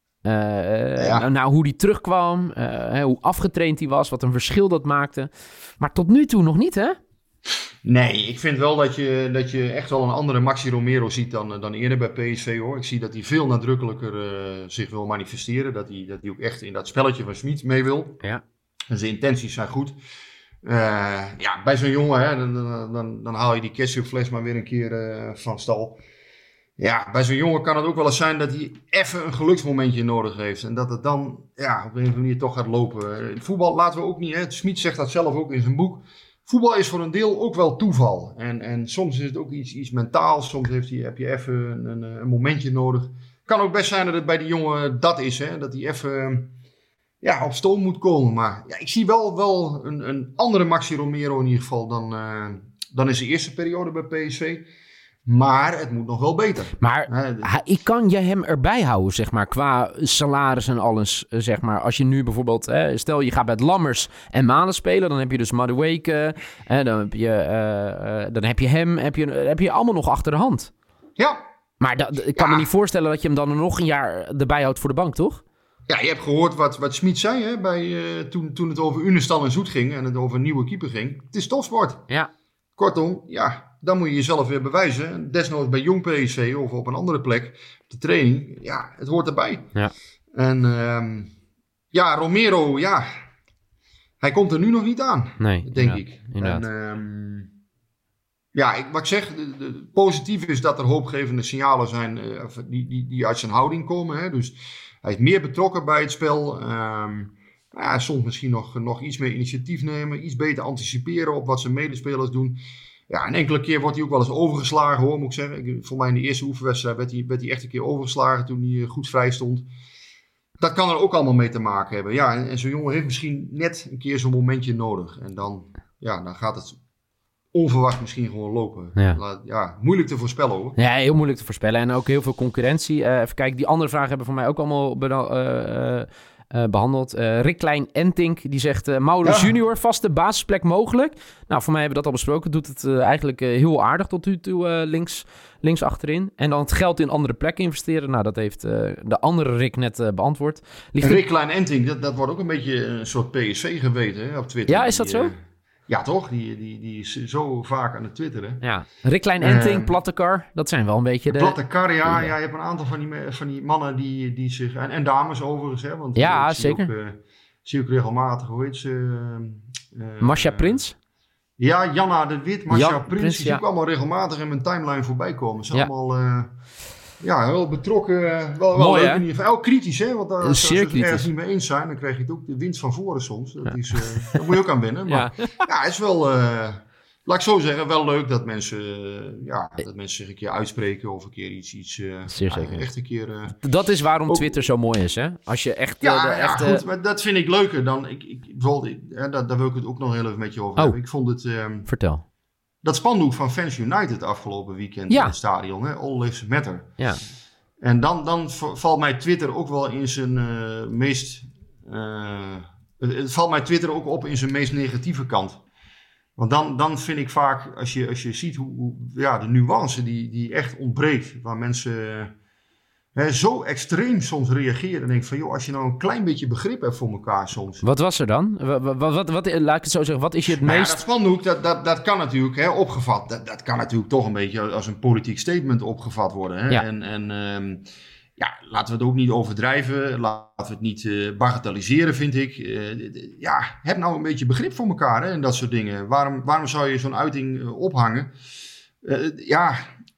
uh, Ja. Nou, hoe die terugkwam, uh, hè, hoe afgetraind hij was, wat een verschil dat maakte. Maar tot nu toe nog niet, hè? Nee, ik vind wel dat je, dat je echt wel een andere Maxi Romero ziet dan, dan eerder bij P S V hoor. Ik zie dat hij veel nadrukkelijker uh, zich wil manifesteren. Dat hij, dat hij ook echt in dat spelletje van Smit mee wil. Ja. En zijn intenties zijn goed. Uh, ja, bij zo'n jongen, hè, dan, dan, dan, dan haal je die ketchupfles maar weer een keer uh, van stal. Ja, bij zo'n jongen kan het ook wel eens zijn dat hij even een geluksmomentje nodig heeft. En dat het dan ja, op een of andere manier toch gaat lopen. In voetbal laten we ook niet, hè. Smit zegt dat zelf ook in zijn boek. Voetbal is voor een deel ook wel toeval. En, en soms is het ook iets, iets mentaals. Soms heeft hij, heb je even een, een, een momentje nodig. Het kan ook best zijn dat het bij die jongen dat is. Hè? Dat hij even ja, op stoom moet komen. Maar ja, ik zie wel, wel een, een andere Maxi Romero in ieder geval dan, uh, dan in zijn eerste periode bij P S V. Maar het moet nog wel beter. Maar Nee, dat- hij- ik kan je hem erbij houden, zeg maar, qua salaris en alles, eh, zeg maar. Als je nu bijvoorbeeld, eh, stel je gaat met Lammers en Malen spelen, dan heb je dus Madueke, eh, dan, heb je, eh, eh, dan heb je hem, heb je, heb je allemaal nog achter de hand. Ja, Maar dat, ik kan Ja. me niet voorstellen dat je hem dan nog een jaar erbij houdt voor de bank, toch? ja, je hebt gehoord wat, wat Smit zei hè, bij, uh, toen, toen het over Unestal en Zoet ging. En het over een nieuwe keeper ging. Het is topsport. Ja. Kortom, ja, dan moet je jezelf weer bewijzen. Desnoods bij jong P S V of op een andere plek, op de training. Ja, het hoort erbij. Ja. En um, ja, Romero, ja, hij komt er nu nog niet aan, Nee, denk inderdaad, ik. inderdaad. En, um, ja, ik, wat ik zeg, de, de, het positieve is dat er hoopgevende signalen zijn uh, die, die, die uit zijn houding komen. Hè? Dus hij is meer betrokken bij het spel. Um, ja, soms misschien nog, nog iets meer initiatief nemen, iets beter anticiperen op wat zijn medespelers doen. Ja, een enkele keer wordt hij ook wel eens overgeslagen hoor, moet ik zeggen. Ik, voor mij in de eerste oefenwedstrijd werd hij, werd hij echt een keer overgeslagen toen hij goed vrij stond. Dat kan er ook allemaal mee te maken hebben. Ja, en, en zo'n jongen heeft misschien net een keer zo'n momentje nodig. En dan, ja, dan gaat het onverwacht misschien gewoon lopen. Ja. Laat- ja, moeilijk te voorspellen hoor. Ja, heel moeilijk te voorspellen. En ook heel veel concurrentie. Uh, even kijken, die andere vragen hebben voor mij ook allemaal beda- uh, uh, uh, behandeld. Uh, Rick Klein Entink, die zegt... Uh, Maulus Ja. junior, vaste basisplek mogelijk. Nou, voor mij hebben we dat al besproken. Doet het uh, eigenlijk uh, heel aardig tot nu toe uh, links, links achterin. En dan het geld in andere plekken investeren. Nou, dat heeft uh, de andere Rick net uh, beantwoord. Ligt En er- Rick Klein Enting, dat, dat wordt ook een beetje een soort P S V geweten hè, op Twitter. Ja, is dat Die, zo? uh, Ja, toch? Die, die, die is zo vaak aan het twitteren. Ja, Rick Klein Enting, Uh, Plattekar, dat zijn wel een beetje de... Plattekar, ja, ja, je hebt een aantal van die, van die mannen die, die zich... En, en dames overigens, hè. Want ja, ik zie zeker. Ook, uh, zie ook regelmatig, hoe heet ze? Uh, uh, Masha Prins? Ja, Janna de Wit, Masha Jan, Prins, Prins, die ja. zie ik allemaal regelmatig in mijn timeline voorbij komen. Ze zijn Ja. allemaal... Uh, Ja, heel betrokken. Wel, wel Mooi, leuk hè? in ieder geval. Ook kritisch, hè? Want als Zeer ze het kritisch. ergens niet mee eens zijn, dan krijg je het ook de wind van voren soms. Dat is, uh, daar moet je ook aan wennen. Maar ja, ja het is wel, uh, laat ik zo zeggen, wel leuk dat mensen, uh, ja, dat mensen zich een keer uitspreken of een keer iets, iets uh, Zeer zeker. Ja, echt een keer... Uh, dat is waarom ook, Twitter zo mooi is, hè? Als je echt... Ja, uh, de, ja echt, goed, maar dat vind ik leuker dan... Ik, ik, bijvoorbeeld, ik, hè, daar, daar wil ik het ook nog heel even met je over oh. hebben. Ik vond het... Um, Vertel. Dat spandoek van Fans United afgelopen weekend ja. in het stadion, hè? All Lives Matter. Ja. En dan, dan valt mij Twitter ook wel in zijn uh, meest... Uh, het valt mij Twitter ook op in zijn meest negatieve kant. Want dan, dan vind ik vaak, als je, als je ziet hoe, hoe ja, de nuance die, die echt ontbreekt, waar mensen uh, hè, zo extreem soms reageren. En denk van, joh, als je nou een klein beetje begrip hebt voor elkaar soms. Wat was er dan? Wat, wat, wat, wat, laat ik het zo zeggen, wat is je het nou meest... Ja, dat spandoek, dat, dat, dat kan natuurlijk hè, opgevat. Dat, dat kan natuurlijk toch een beetje als een politiek statement opgevat worden. Hè? Ja. En, en um, ja, laten we het ook niet overdrijven. Laten we het niet uh, bagatelliseren, vind ik. Uh, ja, heb nou een beetje begrip voor elkaar hè, en dat soort dingen. Waarom, waarom zou je zo'n uiting uh, ophangen? Uh, ja...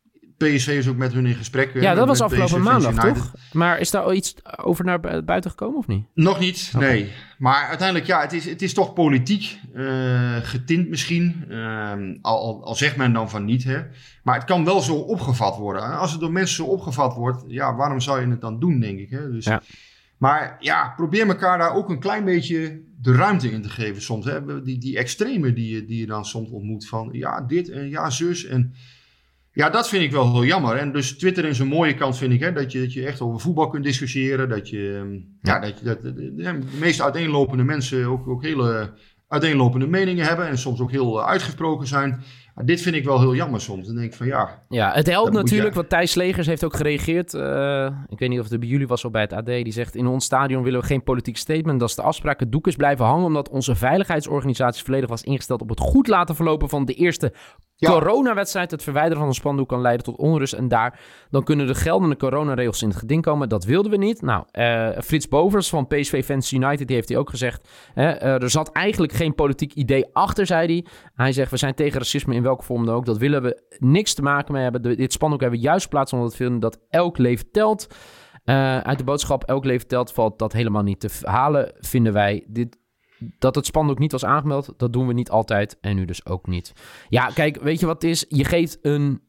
P S V is ook met hun in gesprek. Ja, dat was afgelopen P S V maandag, United. toch? Maar is daar al iets over naar buiten gekomen of niet? Nog niet, Okay. nee. Maar uiteindelijk, ja, het is, het is toch politiek uh, getint misschien. Uh, al, al, al zegt men dan van niet, hè. Maar het kan wel zo opgevat worden. En als het door mensen zo opgevat wordt, ja, waarom zou je het dan doen, denk ik. Hè? Dus, ja. Maar ja, probeer elkaar daar ook een klein beetje de ruimte in te geven soms. Hè? Die, die extreme die je, die je dan soms ontmoet van, ja, dit en ja, zus en... Ja, dat vind ik wel heel jammer. En dus Twitter in zijn mooie kant vind ik, hè, dat, je, dat je echt over voetbal kunt discussiëren. Dat je, ja, dat, je, dat de, de, de meest uiteenlopende mensen ook, ook hele uiteenlopende meningen hebben. En soms ook heel uitgesproken zijn. Maar dit vind ik wel heel jammer soms. Dan denk ik van ja... Ja, het helpt natuurlijk, je... want Thijs Legers heeft ook gereageerd. Uh, ik weet niet of het bij jullie was of bij het A D. Die zegt, in ons stadion willen we geen politiek statement. Dat is de afspraak. Het doek is blijven hangen omdat onze veiligheidsorganisatie volledig was ingesteld op het goed laten verlopen van de eerste ja. coronawedstrijd. Het verwijderen van een spandoek kan leiden tot onrust. En daar dan kunnen de geldende coronaregels in het geding komen. Dat wilden we niet. Nou, uh, Frits Bovers van P S V Fans United, die heeft hij ook gezegd. Hè, uh, er zat eigenlijk geen politiek idee achter, zei hij. Hij zegt, we zijn tegen racisme in welke vorm dan ook. Dat willen we niks te maken mee hebben. De, dit spandoek hebben we juist geplaatst omdat we vinden dat elk leven telt. Uh, uit de boodschap elk leven telt valt dat helemaal niet te halen, vinden wij. Dit, dat het spandoek niet was aangemeld, dat doen we niet altijd en nu dus ook niet. Ja, kijk, weet je wat het is? Je geeft een,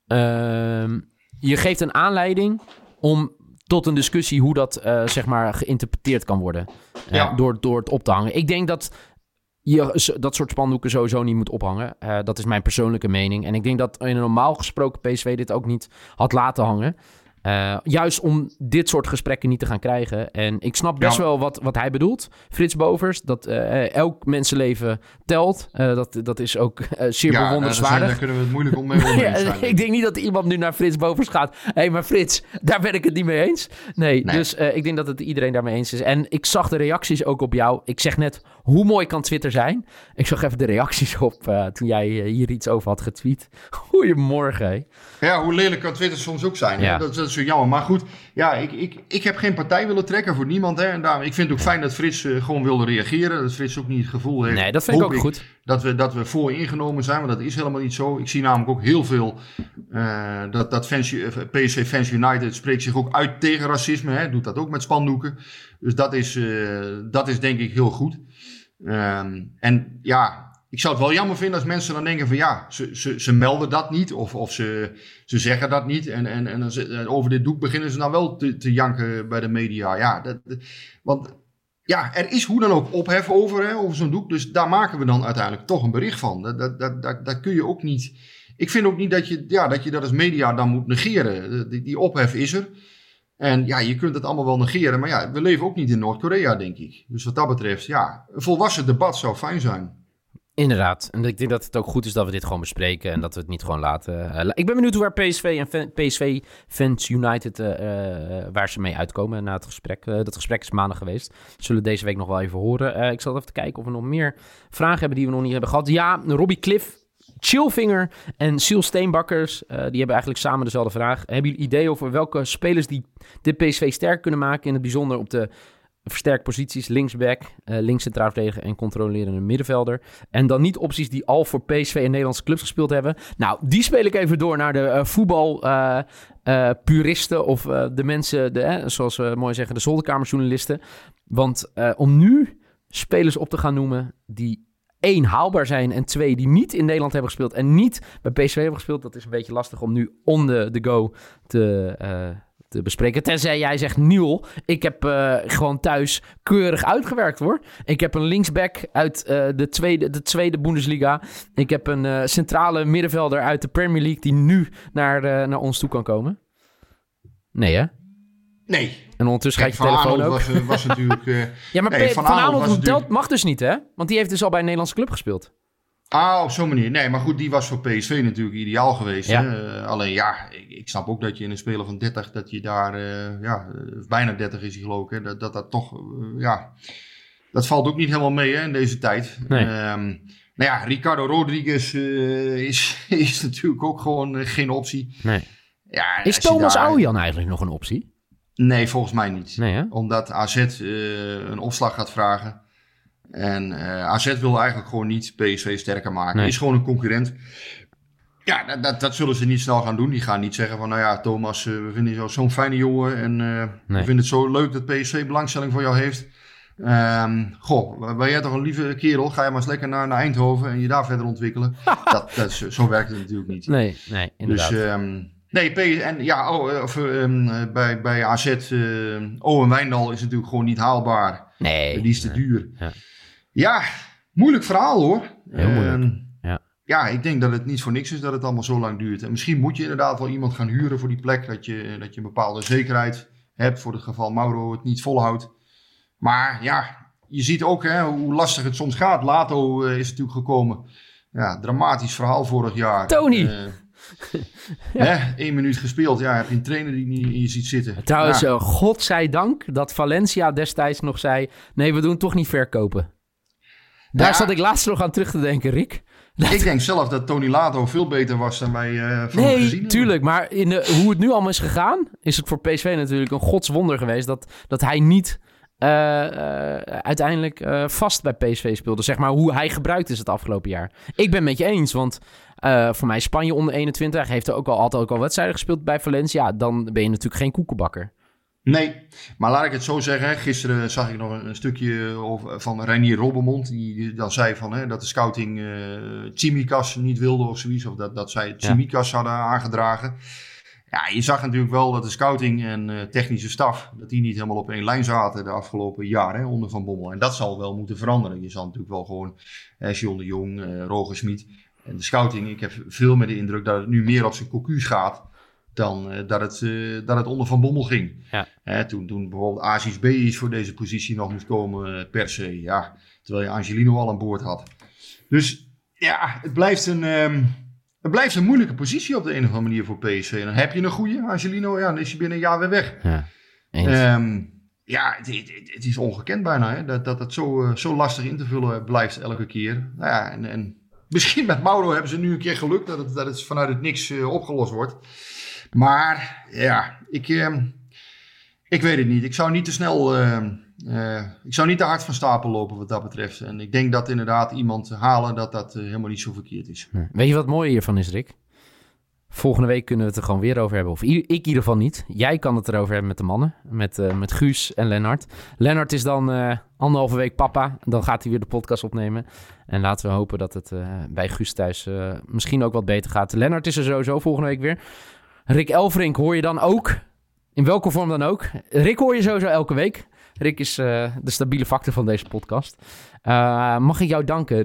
uh, je geeft een aanleiding om tot een discussie hoe dat uh, zeg maar geïnterpreteerd kan worden. Uh, ja. door, door het op te hangen. Ik denk dat je dat soort spandoeken sowieso niet moet ophangen. Uh, dat is mijn persoonlijke mening. En ik denk dat in een normaal gesproken P S V dit ook niet had laten hangen. Uh, juist om dit soort gesprekken niet te gaan krijgen. En ik snap best ja. wel wat, wat hij bedoelt. Frits Bovers, dat uh, elk mensenleven telt. Uh, dat, dat is ook uh, zeer ja, bewonderenswaardig. Ja, daar kunnen we het moeilijk om mee oneens zijn. Ik denk niet dat iemand nu naar Frits Bovers gaat. Hé, hey, maar Frits, daar ben ik het niet mee eens. Nee, nee. dus uh, ik denk dat het iedereen daarmee eens is. En ik zag de reacties ook op jou. Ik zeg net, hoe mooi kan Twitter zijn? Ik zag even de reacties op uh, toen jij uh, hier iets over had getweet. Goedemorgen, hé. Ja, hoe lelijk kan Twitter soms ook zijn. Ja. Dat, dat is zo jammer. Maar goed, ja, ik, ik, ik heb geen partij willen trekken voor niemand. Hè. En daarom, ik vind het ook fijn dat Frits uh, gewoon wilde reageren. Dat Frits ook niet het gevoel heeft. Nee, dat vind ik ook ik, goed. Dat we, dat we voor ingenomen zijn, maar dat is helemaal niet zo. Ik zie namelijk ook heel veel uh, dat, dat fans, uh, P S V Fans United spreekt zich ook uit tegen racisme. Hè. Doet dat ook met spandoeken. Dus dat is, uh, dat is denk ik heel goed. Um, en ja... Ik zou het wel jammer vinden als mensen dan denken van ja, ze, ze, ze melden dat niet of, of ze, ze zeggen dat niet. En, en, en ze, over dit doek beginnen ze nou wel te, te janken bij de media. Ja, dat, want ja, er is hoe dan ook ophef over, hè, over zo'n doek. Dus daar maken we dan uiteindelijk toch een bericht van. Dat, dat, dat, dat, dat kun je ook niet... Ik vind ook niet dat je, ja, dat je dat als media dan moet negeren. Die, die ophef is er. En ja, je kunt het allemaal wel negeren. Maar ja, we leven ook niet in Noord-Korea, denk ik. Dus wat dat betreft, ja, een volwassen debat zou fijn zijn. Inderdaad. En ik denk dat het ook goed is dat we dit gewoon bespreken en dat we het niet gewoon laten. Uh, ik ben benieuwd waar P S V en fan, P S V Fans United, uh, uh, waar ze mee uitkomen na het gesprek. Uh, dat gesprek is maandag geweest. Zullen we deze week nog wel even horen. Uh, ik zal even kijken of we nog meer vragen hebben die we nog niet hebben gehad. Ja, Robbie Cliff, Chillvinger en Siel Steenbakkers, uh, die hebben eigenlijk samen dezelfde vraag. Hebben jullie idee over welke spelers die dit P S V sterk kunnen maken, in het bijzonder op de versterkt posities, linksback, uh, links centraal verdediger en controlerende middenvelder. En dan niet opties die al voor P S V en Nederlandse clubs gespeeld hebben. Nou, die speel ik even door naar de uh, voetbal uh, uh, puristen of uh, de mensen, de, eh, zoals we mooi zeggen, de zolderkamerjournalisten. Want uh, om nu spelers op te gaan noemen die één, haalbaar zijn en twee, die niet in Nederland hebben gespeeld en niet bij P S V hebben gespeeld, dat is een beetje lastig om nu on the, the go te... Uh, te bespreken. Tenzij jij zegt, Niel, ik heb uh, gewoon thuis keurig uitgewerkt hoor. Ik heb een linksback uit uh, de, tweede, de tweede Bundesliga. Ik heb een uh, centrale middenvelder uit de Premier League die nu naar, uh, naar ons toe kan komen. Nee hè? Nee. En ondertussen gaat je telefoon ook. Was, was natuurlijk... Uh, ja, maar nee, Van, Van Aanholt natuurlijk... mag dus niet hè? Want die heeft dus al bij een Nederlandse club gespeeld. Ah, op zo'n manier. Nee, maar goed, die was voor P S V natuurlijk ideaal geweest. Ja. Hè? Uh, alleen ja, ik, ik snap ook dat je in een speler van dertig, dat je daar, uh, ja, uh, bijna dertig is hij geloof ik, hè? Dat, dat dat toch, uh, ja, dat valt ook niet helemaal mee hè, in deze tijd. Nee. Um, nou ja, Ricardo Rodriguez uh, is, is natuurlijk ook gewoon uh, geen optie. Nee. Ja, is Thomas daar... Ouwijan eigenlijk nog een optie? Nee, volgens mij niet. Nee, hè? Omdat A Z uh, een opslag gaat vragen. En uh, A Z wil eigenlijk gewoon niet P S V sterker maken. Nee. Is gewoon een concurrent. Ja, dat, dat, dat zullen ze niet snel gaan doen. Die gaan niet zeggen van, nou ja, Thomas, uh, we vinden jou zo'n fijne jongen. En uh, nee. we vinden het zo leuk dat P S V belangstelling voor jou heeft. Um, goh, ben jij toch een lieve kerel? Ga je maar eens lekker naar, naar Eindhoven en je daar verder ontwikkelen. dat, dat is, zo werkt het natuurlijk niet. Nee, nee, inderdaad. Dus, um, nee, P- en ja, oh, of, um, bij, bij A Z, uh, Owen Wijndal is natuurlijk gewoon niet haalbaar. Nee. Die is te nee. duur. Ja. Ja, moeilijk verhaal hoor. Heel moeilijk. Um, ja. ja, ik denk dat het niet voor niks is dat het allemaal zo lang duurt. En misschien moet je inderdaad wel iemand gaan huren voor die plek. Dat je, dat je een bepaalde zekerheid hebt voor het geval Mauro het niet volhoudt. Maar ja, je ziet ook hè, hoe lastig het soms gaat. Lato uh, is natuurlijk gekomen. Ja, dramatisch verhaal vorig jaar. Tony! Uh, ja. Hè, één minuut gespeeld. Ja, heb je een trainer die niet in je ziet zitten. Trouwens, ja. uh, godzijdank dat Valencia destijds nog zei... Nee, we doen toch niet verkopen. Daar ja. zat ik laatst nog aan terug te denken, Rick. Dat... Ik denk zelf dat Tony Lato veel beter was dan wij uh, van nee, hem gezien Nee, tuurlijk. Maar in de, hoe het nu allemaal is gegaan... is het voor P S V natuurlijk een godswonder geweest... dat, dat hij niet... Uh, uh, uiteindelijk uh, vast bij P S V speelde. Zeg maar hoe hij gebruikt is het afgelopen jaar. Ik ben het met je eens, want uh, voor mij Spanje onder eenentwintig... heeft er ook al altijd ook al wedstrijden gespeeld bij Valencia. Dan ben je natuurlijk geen koekenbakker. Nee, maar laat ik het zo zeggen. Gisteren zag ik nog een, een stukje over, van Reinier Robbermond. Die, die dan zei van, hè, dat de scouting uh, Tsimikas niet wilde of zoiets. Of dat, dat zij Tsimikas ja. hadden aangedragen. Ja, je zag natuurlijk wel dat de scouting en uh, technische staf... dat die niet helemaal op één lijn zaten de afgelopen jaren hè, onder Van Bommel. En dat zal wel moeten veranderen. Je zal natuurlijk wel gewoon uh, John de Jong, uh, Roger Smit en de scouting... Ik heb veel meer de indruk dat het nu meer op zijn cocu's gaat... dan uh, dat, het, uh, dat het onder Van Bommel ging. Ja. Hè, toen, toen bijvoorbeeld Aziz Beis voor deze positie nog moest komen uh, per se. Ja, terwijl je Angelino al aan boord had. Dus ja, het blijft een... Um, Het blijft een moeilijke positie op de een of andere manier voor P S V. En dan heb je een goede, Angelino, ja, dan is hij binnen een jaar weer weg. Ja, um, ja het, het, het is ongekend bijna, hè, dat, dat het zo, uh, zo lastig in te vullen blijft elke keer. Nou ja, en, en misschien met Mauro hebben ze nu een keer geluk dat het, dat het vanuit het niks uh, opgelost wordt. Maar ja, ik, uh, ik weet het niet. Ik zou niet te snel... Uh, Uh, ik zou niet te hard van stapel lopen wat dat betreft. En ik denk dat inderdaad iemand halen dat dat uh, helemaal niet zo verkeerd is. Nee. Weet je wat het mooie hiervan is, Rick? Volgende week kunnen we het er gewoon weer over hebben. Of i- ik in ieder geval niet. Jij kan het erover hebben met de mannen. Met, uh, met Guus en Lennart. Lennart is dan uh, anderhalve week papa. Dan gaat hij weer de podcast opnemen. En laten we hopen dat het uh, bij Guus thuis uh, misschien ook wat beter gaat. Lennart is er sowieso volgende week weer. Rick Elfrink hoor je dan ook. In welke vorm dan ook. Rick hoor je sowieso elke week. Rick is uh, de stabiele factor van deze podcast. Uh, mag ik jou danken, Rick,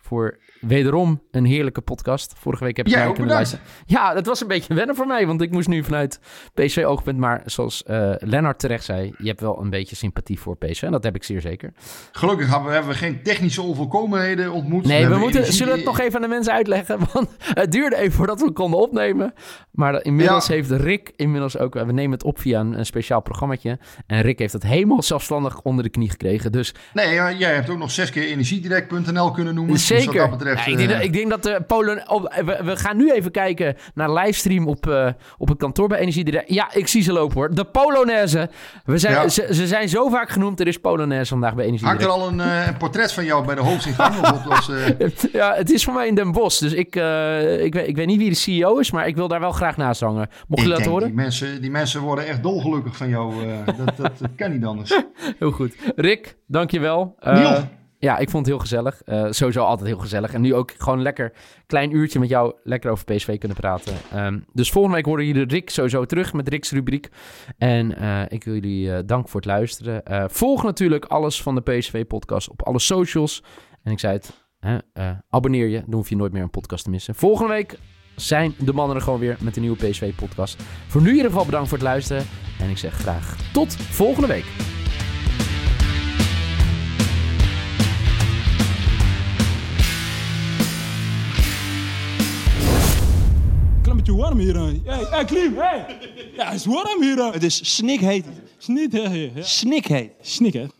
voor wederom een heerlijke podcast. Vorige week heb ik Jij naar ook kunnen bedankt. luisteren. Ja, dat was een beetje wennen voor mij, want ik moest nu vanuit P S V-oogpunt. Maar zoals uh, Lennart terecht zei, je hebt wel een beetje sympathie voor P S V. En dat heb ik zeer zeker. Gelukkig hebben we, hebben we geen technische onvolkomenheden ontmoet. Nee, we, we moeten, energie... zullen we het nog even aan de mensen uitleggen? Want het duurde even voordat we het konden opnemen. Maar inmiddels ja. heeft Rick inmiddels ook... We nemen het op via een, een speciaal programmaatje. En Rick heeft het helemaal zelfstandig onder de knie gekregen. Dus... Nee, ja, jij hebt ook nog zes keer energiedirect punt n l kunnen noemen. Zeker. Dus wat dat betreft, ja, ik, denk dat, ik denk dat de Polen... Op, we, we gaan nu even kijken naar livestream op, uh, op het kantoor bij Energiedirect. Ja, ik zie ze lopen hoor. De Polonaise. We zijn, ja. ze, ze zijn zo vaak genoemd. Er is Polonaise vandaag bij Energiedirect. Hangt er al een, uh, een portret van jou bij de hoofdingang? Of was, uh... Ja, het is voor mij in Den Bosch. Dus ik, uh, ik, weet, ik weet niet wie de C E O is, maar ik wil daar wel graag naast hangen. Mocht je ik dat horen? Die mensen, die mensen worden echt dolgelukkig van jou. Uh, dat, dat, dat kan niet anders. Heel goed. Rick, dankjewel. Uh, Niel. Ja, ik vond het heel gezellig. Uh, sowieso altijd heel gezellig. En nu ook gewoon lekker klein uurtje met jou lekker over P S V kunnen praten. Um, dus volgende week horen jullie Rick sowieso terug met Rick's rubriek. En uh, ik wil jullie uh, dank voor het luisteren. Uh, volg natuurlijk alles van de P S V-podcast op alle socials. En ik zei het, uh, uh, abonneer je. Dan hoef je nooit meer een podcast te missen. Volgende week zijn de mannen er gewoon weer met een nieuwe P S V-podcast. Voor nu in ieder geval bedankt voor het luisteren. En ik zeg graag tot volgende week. Een beetje warm hier. Hey, hey Klim, hey! Ja, het is warm hier. Het is snikheet. Snikheet. Ja. Snikheet. Snikheet.